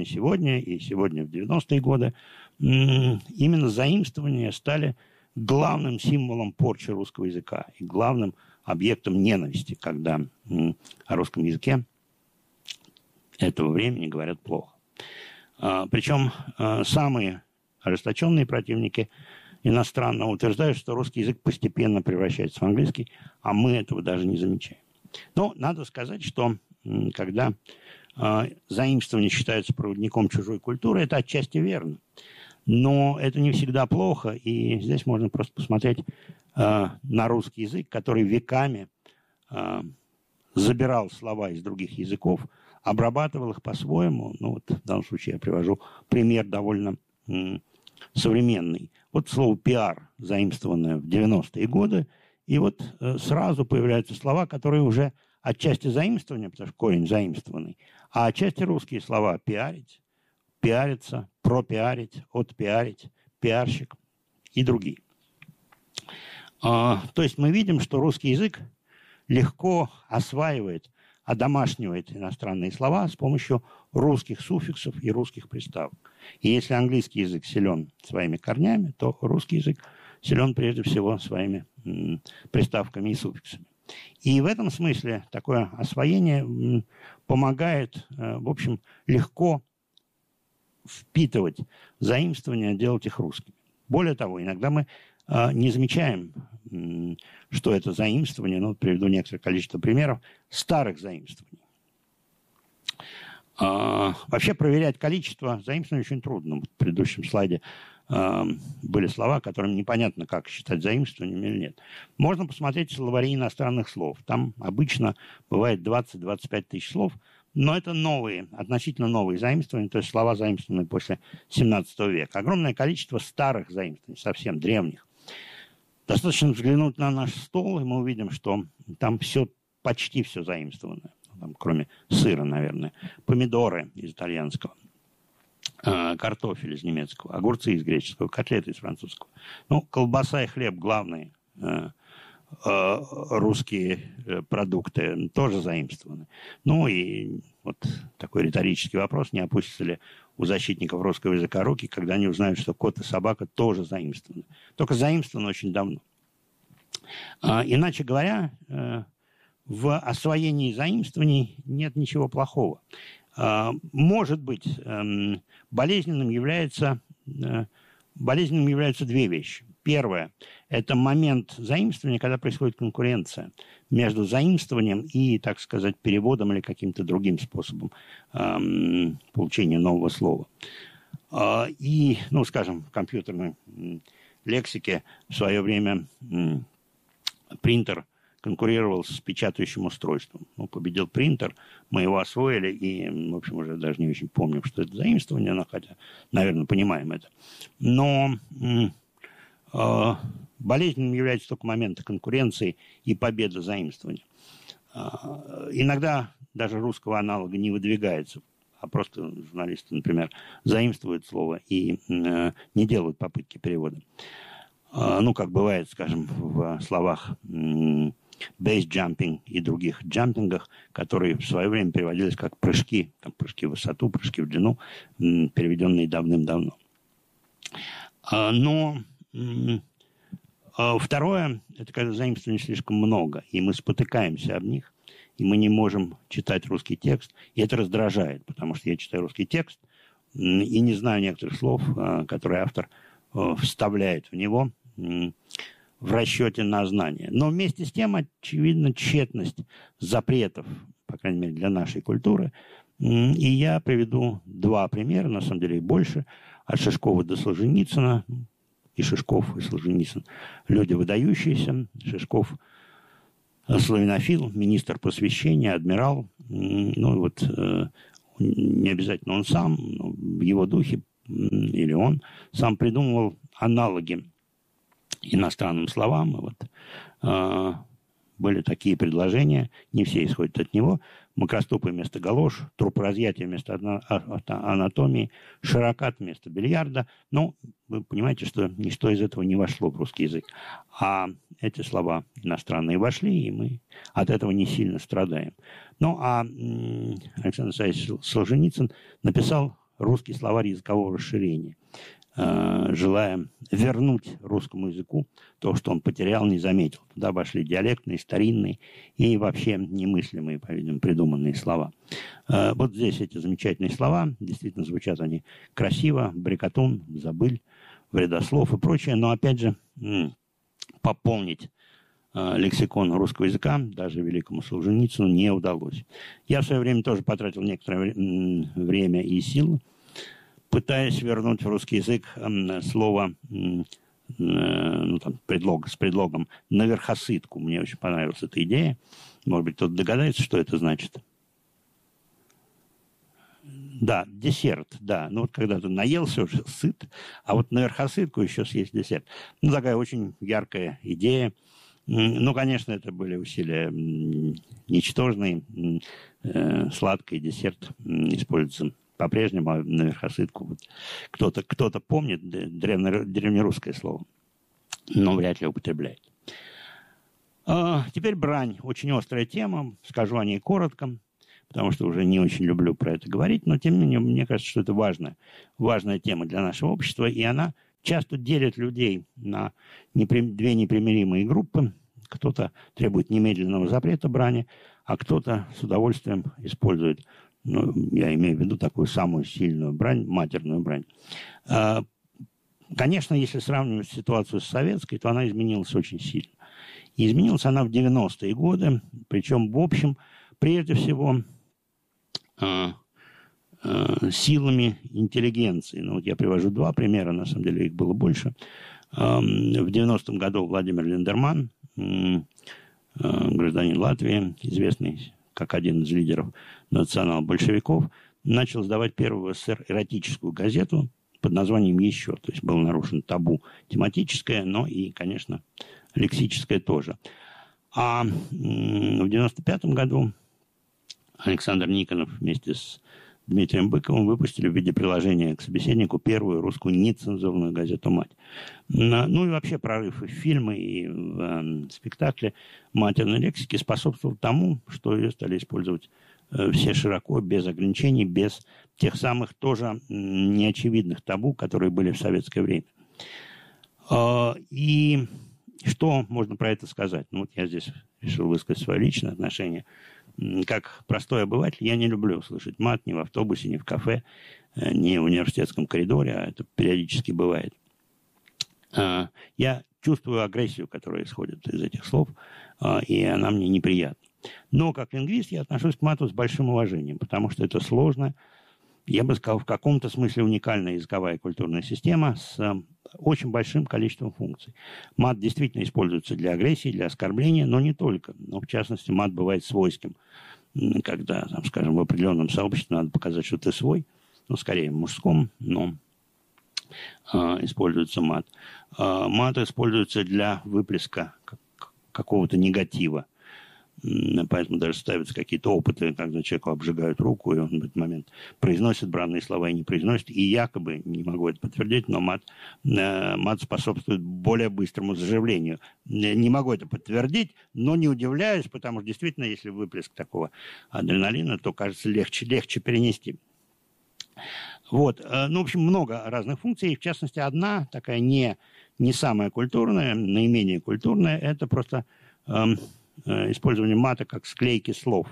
90-е годы именно заимствования стали главным символом порчи русского языка и главным объектом ненависти, когда о русском языке этого времени говорят плохо. Причем самые ожесточенные противники иностранного утверждают, что русский язык постепенно превращается в английский, а мы этого даже не замечаем. Но надо сказать, что когда заимствование считается проводником чужой культуры, это отчасти верно. Но это не всегда плохо, и здесь можно просто посмотреть на русский язык, который веками забирал слова из других языков, обрабатывал их по-своему. Ну, вот в данном случае я привожу пример довольно современный. Вот слово «пиар», заимствованное в 90-е годы, и вот сразу появляются слова, которые уже отчасти заимствования, потому что корень заимствованный, а отчасти русские слова «пиарить», «пиариться», «пропиарить», «отпиарить», «пиарщик» и другие. То есть мы видим, что русский язык легко осваивает, одомашнивает иностранные слова с помощью русских суффиксов и русских приставок. И если английский язык силен своими корнями, то русский язык силен прежде всего своими приставками и суффиксами. И в этом смысле такое освоение помогает, в общем, легко впитывать заимствования, делать их русскими. Более того, иногда мы не замечаем, что это заимствование, ну, приведу некоторое количество примеров старых заимствований. Вообще проверять количество заимствований очень трудно. В предыдущем слайде были слова, которым непонятно, как считать заимствованием или нет. Можно посмотреть словари иностранных слов. Там обычно бывает 20-25 тысяч слов, но это новые, относительно новые заимствования, то есть слова, заимствованные после 17 века. Огромное количество старых заимствований, совсем древних. Достаточно взглянуть на наш стол, и мы увидим, что там все, почти все заимствованное. Там, кроме сыра, наверное. Помидоры из итальянского, картофель из немецкого, огурцы из греческого, котлеты из французского. Ну, колбаса и хлеб – главные русские продукты, тоже заимствованы. Ну и вот такой риторический вопрос, не опустятся ли у защитников русского языка руки, когда они узнают, что кот и собака тоже заимствованы. Только заимствованы очень давно. Иначе говоря, в освоении заимствований нет ничего плохого. Может быть, болезненным являются две вещи. Первое – это момент заимствования, когда происходит конкуренция между заимствованием и, так сказать, переводом или каким-то другим способом получения нового слова. И, ну, скажем, в компьютерной лексике в свое время принтер конкурировал с печатающим устройством. Ну, победил принтер, мы его освоили, и, в общем, уже даже не очень помним, что это заимствование, но хотя, наверное, понимаем это. Но болезненным является только момент конкуренции и победы заимствования. Иногда даже русского аналога не выдвигается, а просто журналисты, например, заимствуют слово и не делают попытки перевода. Ну, как бывает, скажем, в словах бейс-джампинг и других джампингах, которые в свое время переводились как прыжки, там, прыжки в высоту, прыжки в длину, переведенные давным-давно. Но второе, это когда заимствований слишком много, и мы спотыкаемся об них, и мы не можем читать русский текст, и это раздражает, потому что я читаю русский текст и не знаю некоторых слов, которые автор вставляет в него в расчете на знание. Но вместе с тем, очевидно, тщетность запретов, по крайней мере, для нашей культуры. И я приведу два примера, на самом деле и больше, от Шишкова до Солженицына. И Шишков, и Солженицын – люди выдающиеся. Шишков – славянофил, министр просвещения, адмирал. Ну, вот не обязательно он сам, но в его духе, или он сам придумывал аналоги иностранным словам. Вот, были такие предложения, не все исходят от него. Макроступы вместо галош, трупоразъятие вместо анатомии, широкат вместо бильярда. Ну, вы понимаете, что ничто из этого не вошло в русский язык. А эти слова иностранные вошли, и мы от этого не сильно страдаем. Ну, а Александр Исаевич Солженицын написал русский словарь языкового расширения, желая вернуть русскому языку то, что он потерял, не заметил. Туда вошли диалектные, старинные и вообще немыслимые, по-видимому, придуманные слова. Вот здесь эти замечательные слова, действительно звучат они красиво, брикатун, забыль, вредослов и прочее. Но, опять же, пополнить лексикон русского языка даже великому Солженицыну не удалось. Я в свое время тоже потратил некоторое время и силы, пытаясь вернуть в русский язык слово, с предлогом на верхосытку. Мне очень понравилась эта идея. Может быть, кто-то догадается, что это значит. Да, десерт, да. Ну, вот когда ты наелся уже, сыт, а вот на верхосытку еще съесть десерт. Ну, такая очень яркая идея. Ну, конечно, это были усилия ничтожные. Сладкий десерт используется по-прежнему, а на верхосытку вот кто-то помнит древнерусское слово, но вряд ли употребляет. Теперь брань. Очень острая тема. Скажу о ней коротко, потому что уже не очень люблю про это говорить, но тем не менее, мне кажется, что это важная тема для нашего общества, и она часто делит людей на две непримиримые группы. Кто-то требует немедленного запрета брани, а кто-то с удовольствием использует, ну, я имею в виду такую самую сильную брань, матерную брань. Конечно, если сравнивать ситуацию с советской, то она изменилась очень сильно. И изменилась она в 90-е годы, причем, в общем, прежде всего, силами интеллигенции. Ну, вот я привожу два примера, на самом деле их было больше. В 90-м году Владимир Линдерман, гражданин Латвии, известный как один из лидеров национал-большевиков, начал сдавать первую в СССР эротическую газету под названием «Еще». То есть было нарушено табу тематическое, но и, конечно, лексическое тоже. А в 95-м году Александр Никонов вместе с Дмитрием Быковым выпустили в виде приложения к собеседнику первую русскую нецензурную газету «Мать». Ну и вообще прорыв и в фильмы, и в спектакле матерной лексики способствовал тому, что ее стали использовать все широко, без ограничений, без тех самых тоже неочевидных табу, которые были в советское время. И что можно про это сказать? Ну вот я здесь решил высказать свое личное отношение. Как простой обыватель, я не люблю слышать мат ни в автобусе, ни в кафе, ни в университетском коридоре, а это периодически бывает. Я чувствую агрессию, которая исходит из этих слов, и она мне неприятна. Но как лингвист я отношусь к мату с большим уважением, потому что это сложная, я бы сказал, в каком-то смысле уникальная языковая и культурная система с очень большим количеством функций. Мат действительно используется для агрессии, для оскорбления, но не только. Но, в частности, мат бывает свойским, когда, там, скажем, в определенном сообществе надо показать, что ты свой, ну, скорее в мужском, но используется мат. Мат используется для выплеска какого-то негатива. Поэтому даже ставятся какие-то опыты, когда человеку обжигают руку, и он в этот момент произносит бранные слова и не произносит. И якобы, не могу это подтвердить, но мат способствует более быстрому заживлению. Не могу это подтвердить, но не удивляюсь, потому что действительно, если выплеск такого адреналина, то, кажется, легче перенести. Вот. Ну, в общем, много разных функций. В частности, одна такая не самая культурная, наименее культурная, это просто использование мата как склейки слов.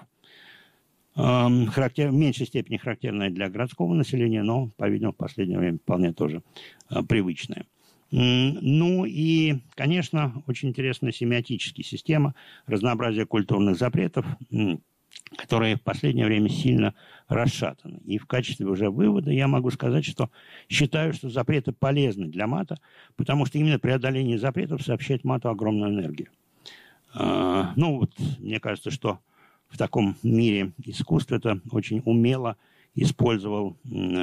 В меньшей степени характерное для городского населения, но, по-видимому, в последнее время вполне тоже привычное. Ну и, конечно, очень интересная семиотическая система, разнообразие культурных запретов, которые в последнее время сильно расшатаны. И в качестве уже вывода я могу сказать, что считаю, что запреты полезны для мата, потому что именно преодоление запретов сообщает мату огромную энергию. Ну, вот, мне кажется, что в таком мире искусства это очень умело использовал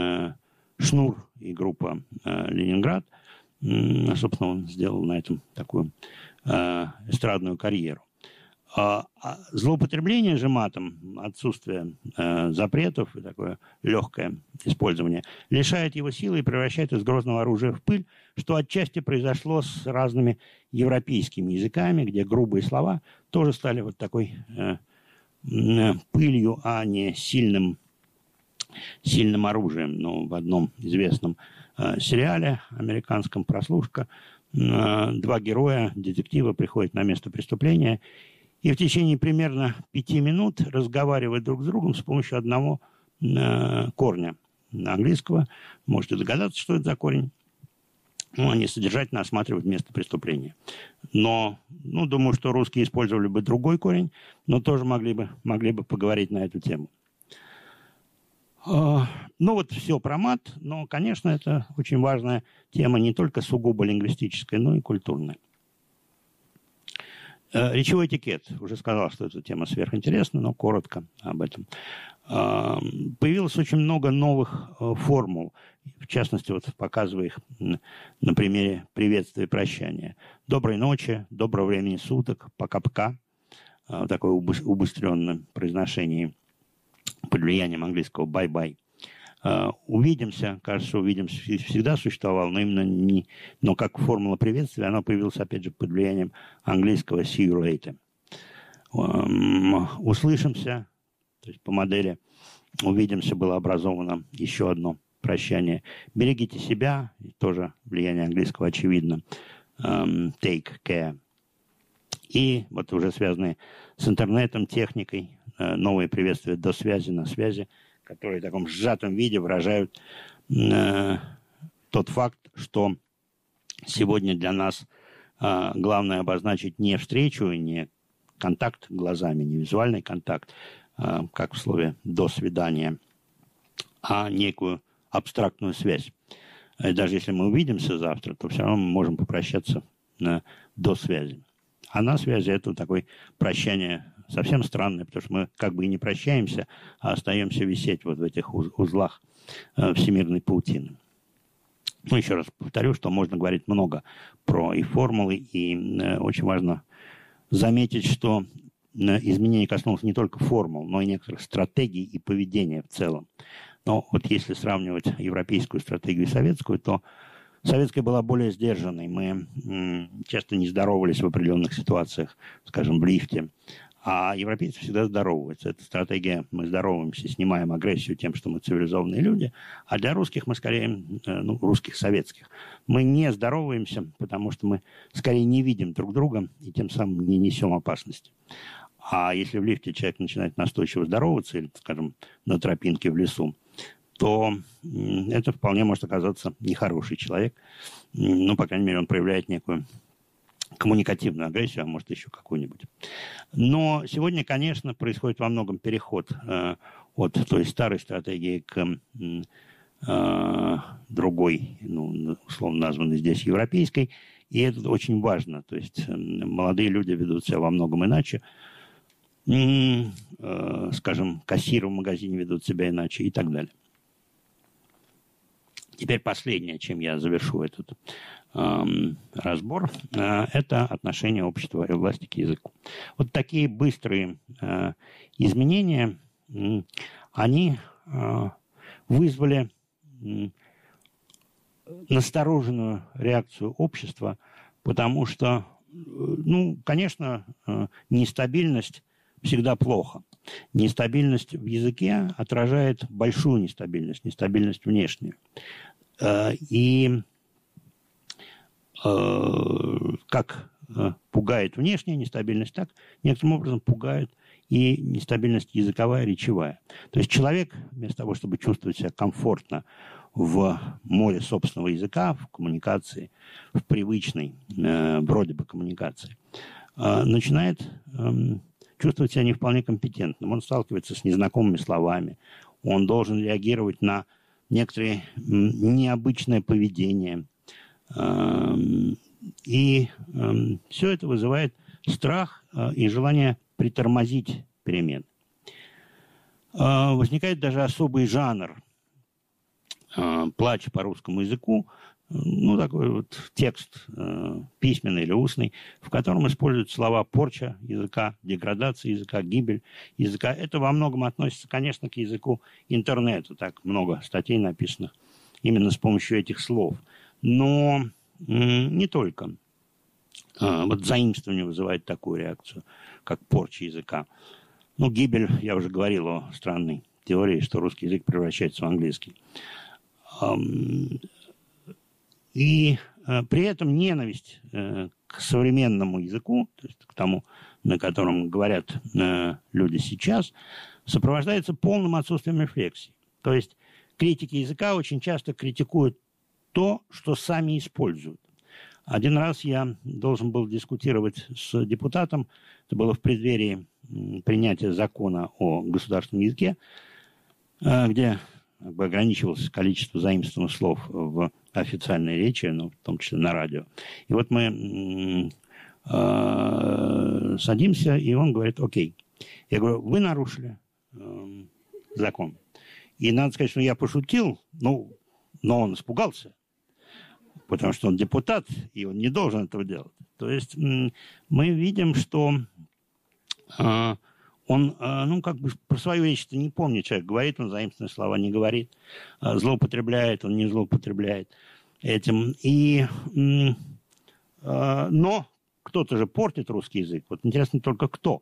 Шнур и группа «Ленинград». Собственно, он сделал на этом такую эстрадную карьеру. Злоупотребление же матом, отсутствие запретов и такое легкое использование лишает его силы и превращает из грозного оружия в пыль, что отчасти произошло с разными европейскими языками, где грубые слова тоже стали вот такой пылью, а не сильным оружием. Но в одном известном сериале американском «Прослушка» два героя, детектива, приходят на место преступления и в течение примерно 5 минут разговаривают друг с другом с помощью одного корня английского. Можете догадаться, что это за корень. они содержательно осматривают место преступления. Но, думаю, что русские использовали бы другой корень, но тоже могли бы поговорить на эту тему. Вот все про мат, но, конечно, это очень важная тема, не только сугубо лингвистическая, но и культурная. Речевой этикет. Уже сказал, что эта тема сверхинтересна, но коротко об этом. Появилось очень много новых формул. В частности, показываю их на примере приветствия и прощания. Доброй ночи, доброго времени суток, пока-пока. В такое убыстренном произношении под влиянием английского bye-bye. Увидимся, кажется, что увидимся всегда существовало, но именно но как формула приветствия, она появилась, опять же, под влиянием английского see you later. Услышимся, то есть по модели увидимся было образовано еще одно прощание. Берегите себя, тоже влияние английского очевидно. Take care. И вот уже связанные с интернетом, техникой, новые приветствия до связи, на связи, которые в таком сжатом виде выражают тот факт, что сегодня для нас главное обозначить не встречу, не контакт глазами, не визуальный контакт, как в слове «до свидания», а некую абстрактную связь. И даже если мы увидимся завтра, то все равно мы можем попрощаться до связи. А на связи это такое прощание совсем странное, потому что мы как бы и не прощаемся, а остаемся висеть вот в этих узлах всемирной паутины. Еще раз повторю, что можно говорить много про и формулы, и очень важно заметить, что изменение коснулось не только формул, но и некоторых стратегий и поведения в целом. Но вот если сравнивать европейскую стратегию и советскую, то советская была более сдержанной. Мы часто не здоровались в определенных ситуациях, скажем, в лифте. А европейцы всегда здороваются. Это стратегия, мы здороваемся, снимаем агрессию тем, что мы цивилизованные люди. А для русских мы скорее, русских советских, мы не здороваемся, потому что мы скорее не видим друг друга и тем самым не несем опасности. А если в лифте человек начинает настойчиво здороваться, или, скажем, на тропинке в лесу, то это вполне может оказаться нехороший человек. По крайней мере, он проявляет некую коммуникативную агрессию, а может еще какую-нибудь. Но сегодня, конечно, происходит во многом переход от той старой стратегии к другой, условно названной здесь европейской, и это очень важно. То есть молодые люди ведут себя во многом иначе, скажем, кассиры в магазине ведут себя иначе и так далее. Теперь последнее, чем я завершу этот разбор, это отношение общества и власти к языку. Вот такие быстрые изменения, они вызвали настороженную реакцию общества, потому что, конечно, нестабильность всегда плохо. Нестабильность в языке отражает большую нестабильность внешнюю. И как пугает внешняя нестабильность, так некоторым образом пугает и нестабильность языковая, речевая. То есть человек, вместо того, чтобы чувствовать себя комфортно в море собственного языка, в коммуникации, в привычной вроде бы коммуникации, начинает чувствовать себя не вполне компетентным. Он сталкивается с незнакомыми словами, он должен реагировать на некоторые необычное поведение. И все это вызывает страх и желание притормозить перемены. Возникает даже особый жанр плача по русскому языку, такой вот текст письменный или устный, в котором используются слова порча языка, деградация языка, гибель языка. Это во многом относится, конечно, к языку интернета. Так много статей написано именно с помощью этих слов. Но не только. Вот заимствование вызывает такую реакцию, как порча языка. Гибель, я уже говорил о странной теории, что русский язык превращается в английский. И при этом ненависть к современному языку, то есть к тому, на котором говорят люди сейчас, сопровождается полным отсутствием рефлексии. То есть критики языка очень часто критикуют то, что сами используют. Один раз я должен был дискутировать с депутатом, это было в преддверии принятия закона о государственном языке, где ограничивалось количество заимствованных слов в официальной речи, ну, в том числе на радио. И вот мы садимся, и он говорит: окей. Я говорю: вы нарушили закон. И надо сказать, что я пошутил, но он испугался, потому что он депутат, и он не должен этого делать. То есть мы видим, что он, как бы про свою речь-то не помнит. Человек говорит, он заимствованные слова не говорит, злоупотребляет, он не злоупотребляет этим. Но кто-то же портит русский язык. Вот интересно только кто.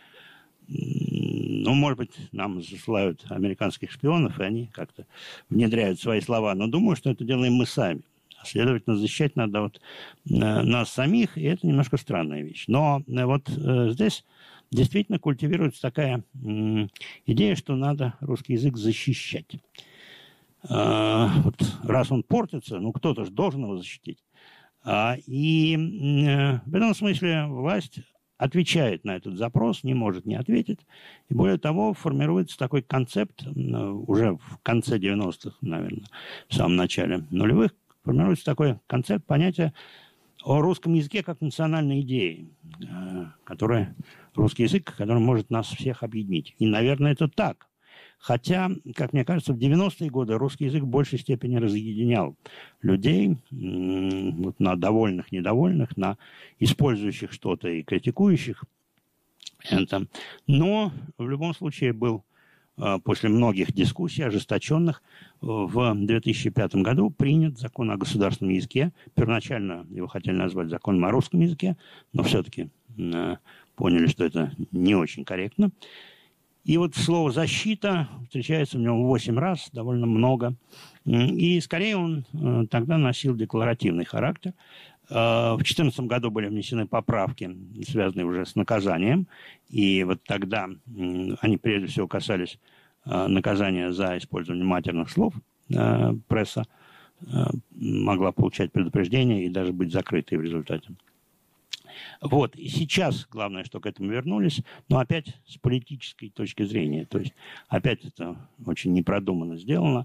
Ну, может быть, нам засылают американских шпионов, и они как-то внедряют свои слова. Но думаю, что это делаем мы сами. Следовательно, защищать надо вот нас самих, и это немножко странная вещь. Но вот здесь действительно культивируется такая идея, что надо русский язык защищать. Вот раз он портится, ну, кто-то же должен его защитить. И в этом смысле власть отвечает на этот запрос, не может не ответить. И более того, формируется такой концепт, уже в конце 90-х, наверное, в самом начале нулевых, формируется такой концепт, понятие о русском языке как национальной идее, русский язык, который может нас всех объединить. И, наверное, это так. Хотя, как мне кажется, в 90-е годы русский язык в большей степени разъединял людей вот, на довольных, недовольных, на использующих что-то и критикующих это. Но в любом случае был после многих дискуссий, ожесточенных, в 2005 году принят закон о государственном языке. Первоначально его хотели назвать законом о русском языке, но все-таки поняли, что это не очень корректно. И вот слово «защита» встречается в нем 8 раз, довольно много. И скорее он тогда носил декларативный характер. В 2014 году были внесены поправки, связанные уже с наказанием. И вот тогда они прежде всего касались наказания за использование матерных слов. Пресса могла получать предупреждение и даже быть закрытой в результате. Вот, и сейчас главное, что к этому вернулись, но опять с политической точки зрения. То есть опять это очень непродуманно сделано.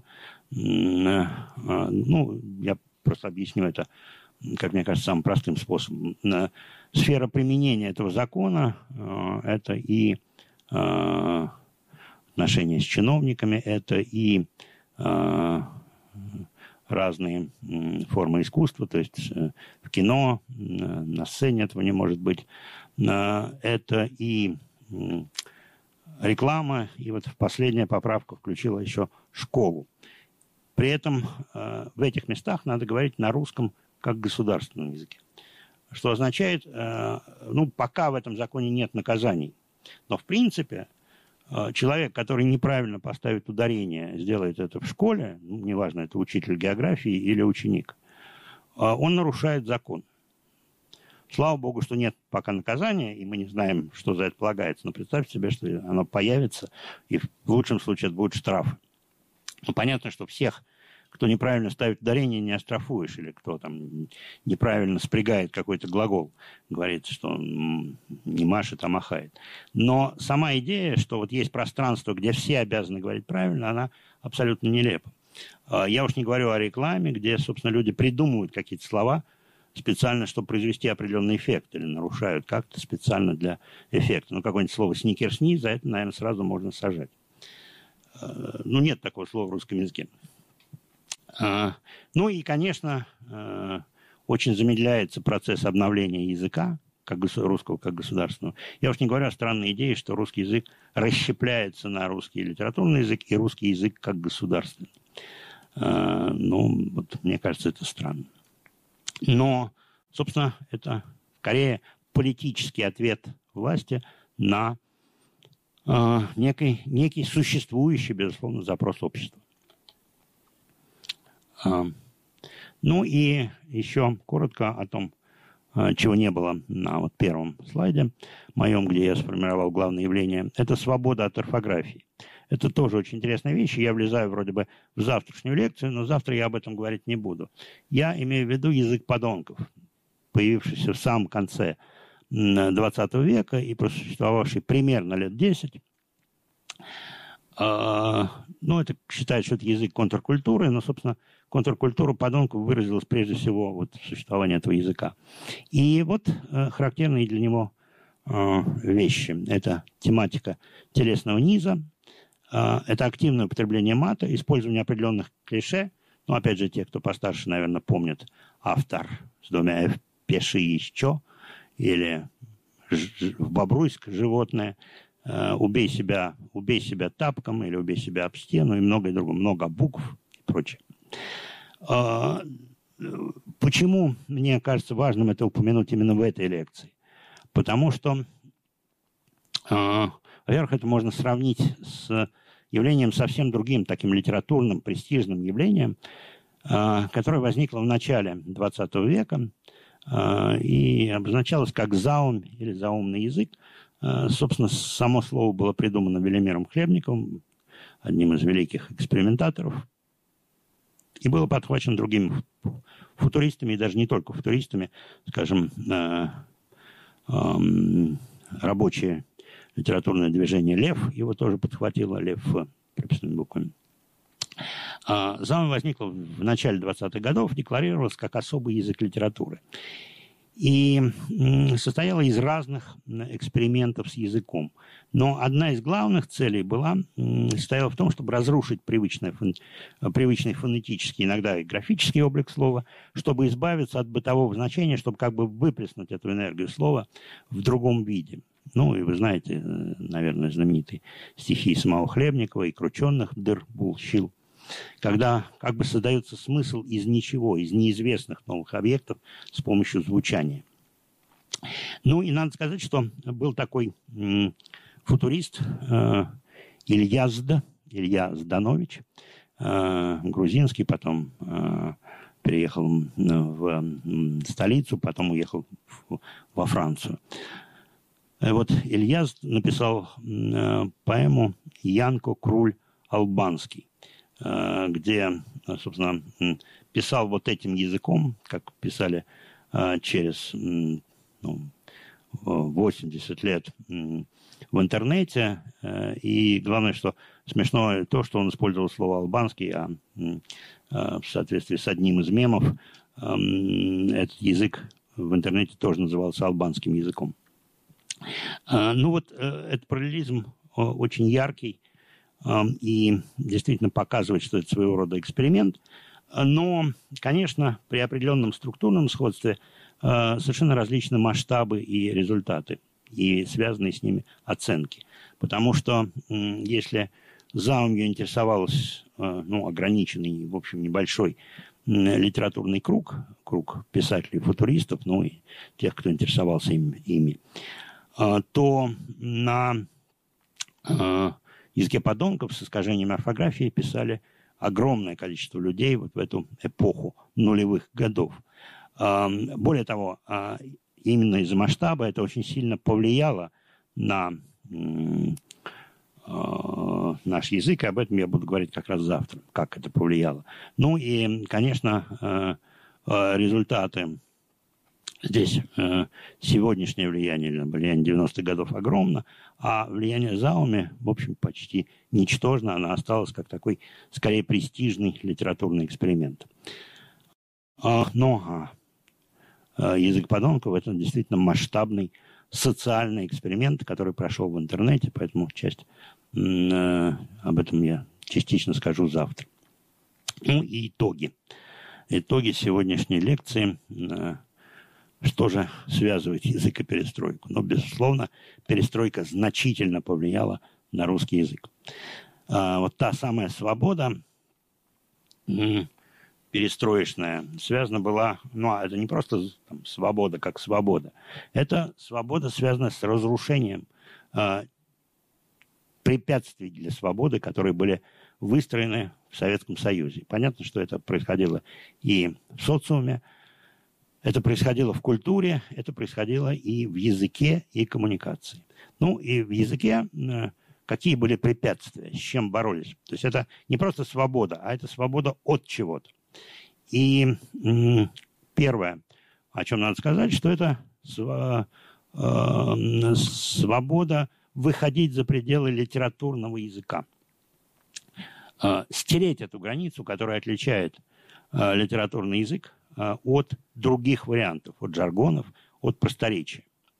Ну, я просто объясню это, как мне кажется, самым простым способом. Сфера применения этого закона – это и отношения с чиновниками, это и разные формы искусства, то есть в кино, на сцене этого не может быть. Это и реклама, и вот последняя поправка включила еще школу. При этом в этих местах надо говорить на русском как государственном языке. Что означает, ну, пока в этом законе нет наказаний. Но в принципе человек, который неправильно поставит ударение, сделает это в школе, ну, неважно, это учитель географии или ученик, он нарушает закон. Слава богу, что нет пока наказания, и мы не знаем, что за это полагается. Но представьте себе, что оно появится, и в лучшем случае это будет штраф. Ну, понятно, что всех, кто неправильно ставит ударение, не оштрафуешь, или кто там неправильно спрягает какой-то глагол, говорит, что он не машет, а махает. Но сама идея, что вот есть пространство, где все обязаны говорить правильно, она абсолютно нелепа. Я уж не говорю о рекламе, где, собственно, люди придумывают какие-то слова специально, чтобы произвести определенный эффект, или нарушают как-то специально для эффекта. Ну, какое-нибудь слово «сникерсни», за это, наверное, сразу можно сажать. Ну, нет такого слова в русском языке. Ну и, конечно, очень замедляется процесс обновления языка, как русского, как государственного. Я уж не говорю о странной идее, что русский язык расщепляется на русский литературный язык и русский язык как государственный. Ну, вот, мне кажется, это странно. Но, собственно, это скорее политический ответ власти на некий существующий, безусловно, запрос общества. Ну и еще коротко о том, чего не было на вот первом слайде моем, где я сформировал главное явление. Это свобода от орфографии. это тоже очень интересная вещь. Я влезаю вроде бы в завтрашнюю лекцию, но завтра я об этом говорить не буду. Я имею в виду язык подонков, появившийся в самом конце 20 века и просуществовавший примерно лет 10. Ну, это считается, что это язык контркультуры, но, собственно, контркультура подонков выразилась прежде всего вот в существовании этого языка. И вот характерные для него вещи. Это тематика телесного низа, это активное употребление мата, использование определенных клише. Ну, опять же, те, кто постарше, наверное, помнят автор с двумя «ф», «пеши еще», или в Бобруйск животное, убей себя тапком или убей себя об стену и многое другое, много букв и прочее. Почему, мне кажется, важным это упомянуть именно в этой лекции? Потому что, во-первых, это можно сравнить с явлением совсем другим, таким литературным, престижным явлением, которое возникло в начале 20 века и обозначалось как заум или заумный язык. Собственно, само слово было придумано Велимиром Хлебниковым, одним из великих экспериментаторов, и было подхвачено другими футуристами, и даже не только футуристами, скажем, рабочее литературное движение «Лев», его тоже подхватило «Лев» прописными буквами. Заум возникло в начале 20-х годов, декларировалось как особый язык литературы. И состояла из разных экспериментов с языком. Но одна из главных целей состояла в том, чтобы разрушить привычный фонетический, иногда и графический облик слова, чтобы избавиться от бытового значения, чтобы как бы выплеснуть эту энергию слова в другом виде. Ну, и вы знаете, наверное, знаменитые стихи самого Хлебникова и Крученных «Дыр булщил», когда как бы создается смысл из ничего, из неизвестных новых объектов с помощью звучания. Ну и надо сказать, что был такой футурист Илья Зданович, грузинский, потом переехал в столицу, потом уехал во Францию. Вот Илья написал поэму «Янко Круль Албанский», где, собственно, писал вот этим языком, как писали через 80 лет в интернете. И главное, что смешно то, что он использовал слово «албанский», а в соответствии с одним из мемов этот язык в интернете тоже назывался албанским языком. Ну вот этот параллелизм очень яркий, и действительно показывает, что это своего рода эксперимент. Но, конечно, при определенном структурном сходстве совершенно различны масштабы и результаты, и связанные с ними оценки. Потому что если Заумью интересовался ограниченный, в общем, небольшой литературный круг писателей-футуристов, ну и тех, кто интересовался ими, то на языке подонков с искажениями орфографии писали огромное количество людей вот в эту эпоху нулевых годов. Более того, именно из-за масштаба это очень сильно повлияло на наш язык, и об этом я буду говорить как раз завтра, как это повлияло. Ну и, конечно, результаты. Здесь сегодняшнее влияние, или влияние 90-х годов огромно, а влияние Зауми, в общем, почти ничтожно. Оно осталось как такой, скорее, престижный литературный эксперимент. Но язык подонков – это действительно масштабный социальный эксперимент, который прошел в интернете, поэтому об этом я частично скажу завтра. Ну и итоги. Итоги сегодняшней лекции – что же связывает язык и перестройку? Но, безусловно, перестройка значительно повлияла на русский язык. Вот та самая свобода перестроечная связана была... это не просто свобода как свобода. Это свобода, связана с разрушением препятствий для свободы, которые были выстроены в Советском Союзе. Понятно, что это происходило и в социуме, это происходило в культуре, это происходило и в языке, и коммуникации. Ну, и в языке какие были препятствия, с чем боролись. То есть это не просто свобода, а это свобода от чего-то. И первое, о чем надо сказать, что это свобода выходить за пределы литературного языка. Стереть эту границу, которая отличает литературный язык от других вариантов, от жаргонов, от просторечия.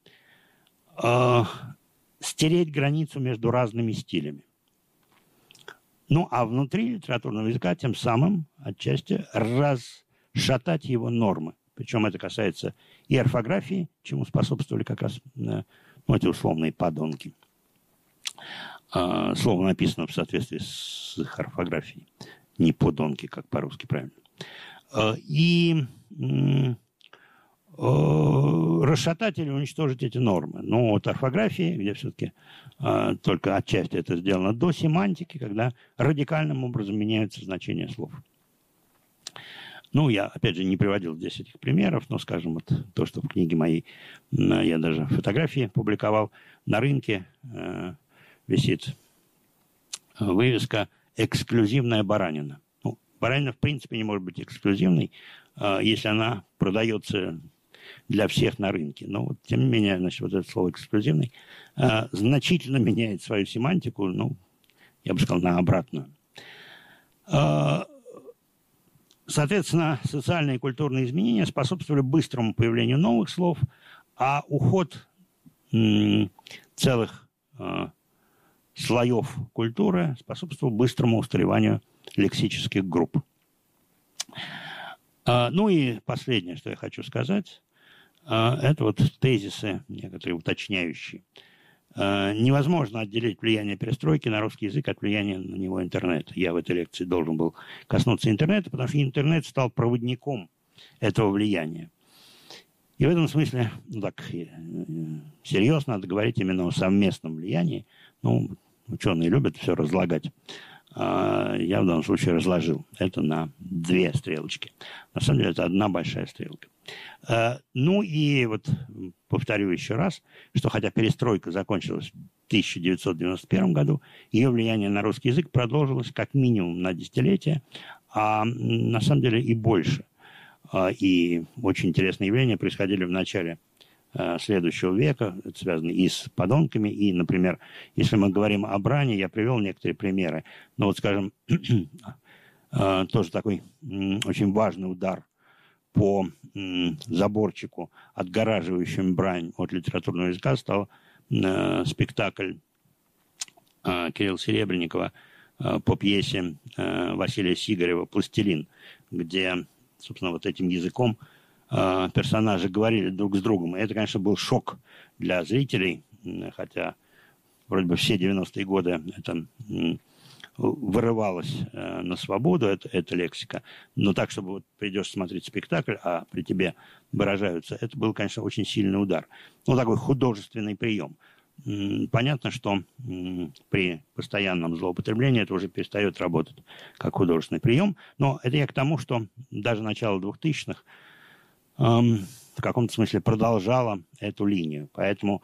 Стереть границу между разными стилями. Ну, а внутри литературного языка тем самым отчасти расшатать его нормы. Причем это касается и орфографии, чему способствовали как раз эти условные подонки. Слово написано в соответствии с их орфографией. Не подонки, как по-русски правильно. И расшатать или уничтожить эти нормы. Ну, от орфографии, где все-таки только отчасти это сделано, до семантики, когда радикальным образом меняются значения слов. Ну, я, опять же, не приводил здесь этих примеров, но, скажем, вот то, что в книге моей, я даже фотографии публиковал, на рынке висит вывеска «Эксклюзивная баранина». Ну, баранина, в принципе, не может быть эксклюзивной, если она продается для всех на рынке. Но, вот, тем не менее, значит, вот это слово «эксклюзивный» значительно меняет свою семантику, ну, я бы сказал, на обратную. Соответственно, социальные и культурные изменения способствовали быстрому появлению новых слов, а уход целых слоев культуры способствовал быстрому устареванию лексических групп. Ну и последнее, что я хочу сказать, это вот тезисы, некоторые уточняющие. Невозможно отделить влияние перестройки на русский язык от влияния на него интернета. Я в этой лекции должен был коснуться интернета, потому что интернет стал проводником этого влияния. И в этом смысле, ну так, серьезно надо говорить именно о совместном влиянии. Ну, ученые любят все разлагать. Я в данном случае разложил это на две стрелочки. На самом деле это одна большая стрелка. Ну и вот повторю еще раз, что хотя перестройка закончилась в 1991 году, ее влияние на русский язык продолжилось как минимум на десятилетия, а на самом деле и больше. И очень интересные явления происходили в начале следующего века, это связано и с подонками, и, например, если мы говорим о брани, я привел некоторые примеры, но вот, скажем, тоже такой очень важный удар по заборчику, отгораживающему брань от литературного языка, стал спектакль Кирилла Серебренникова по пьесе Василия Сигарева «Пластилин», где, собственно, вот этим языком персонажи говорили друг с другом. И это, конечно, был шок для зрителей, хотя вроде бы все 90-е годы это вырывалось на свободу, эта лексика. Но так, чтобы вот придешь смотреть спектакль, а при тебе выражаются, это был, конечно, очень сильный удар. Ну, такой художественный прием. Понятно, что при постоянном злоупотреблении это уже перестает работать как художественный прием. Но это я к тому, что даже начало 2000-х в каком-то смысле продолжала эту линию. Поэтому,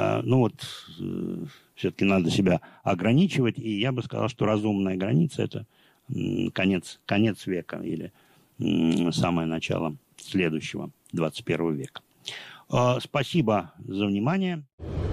все-таки надо себя ограничивать, и я бы сказал, что разумная граница – это конец века или самое начало следующего, 21 века. Спасибо за внимание.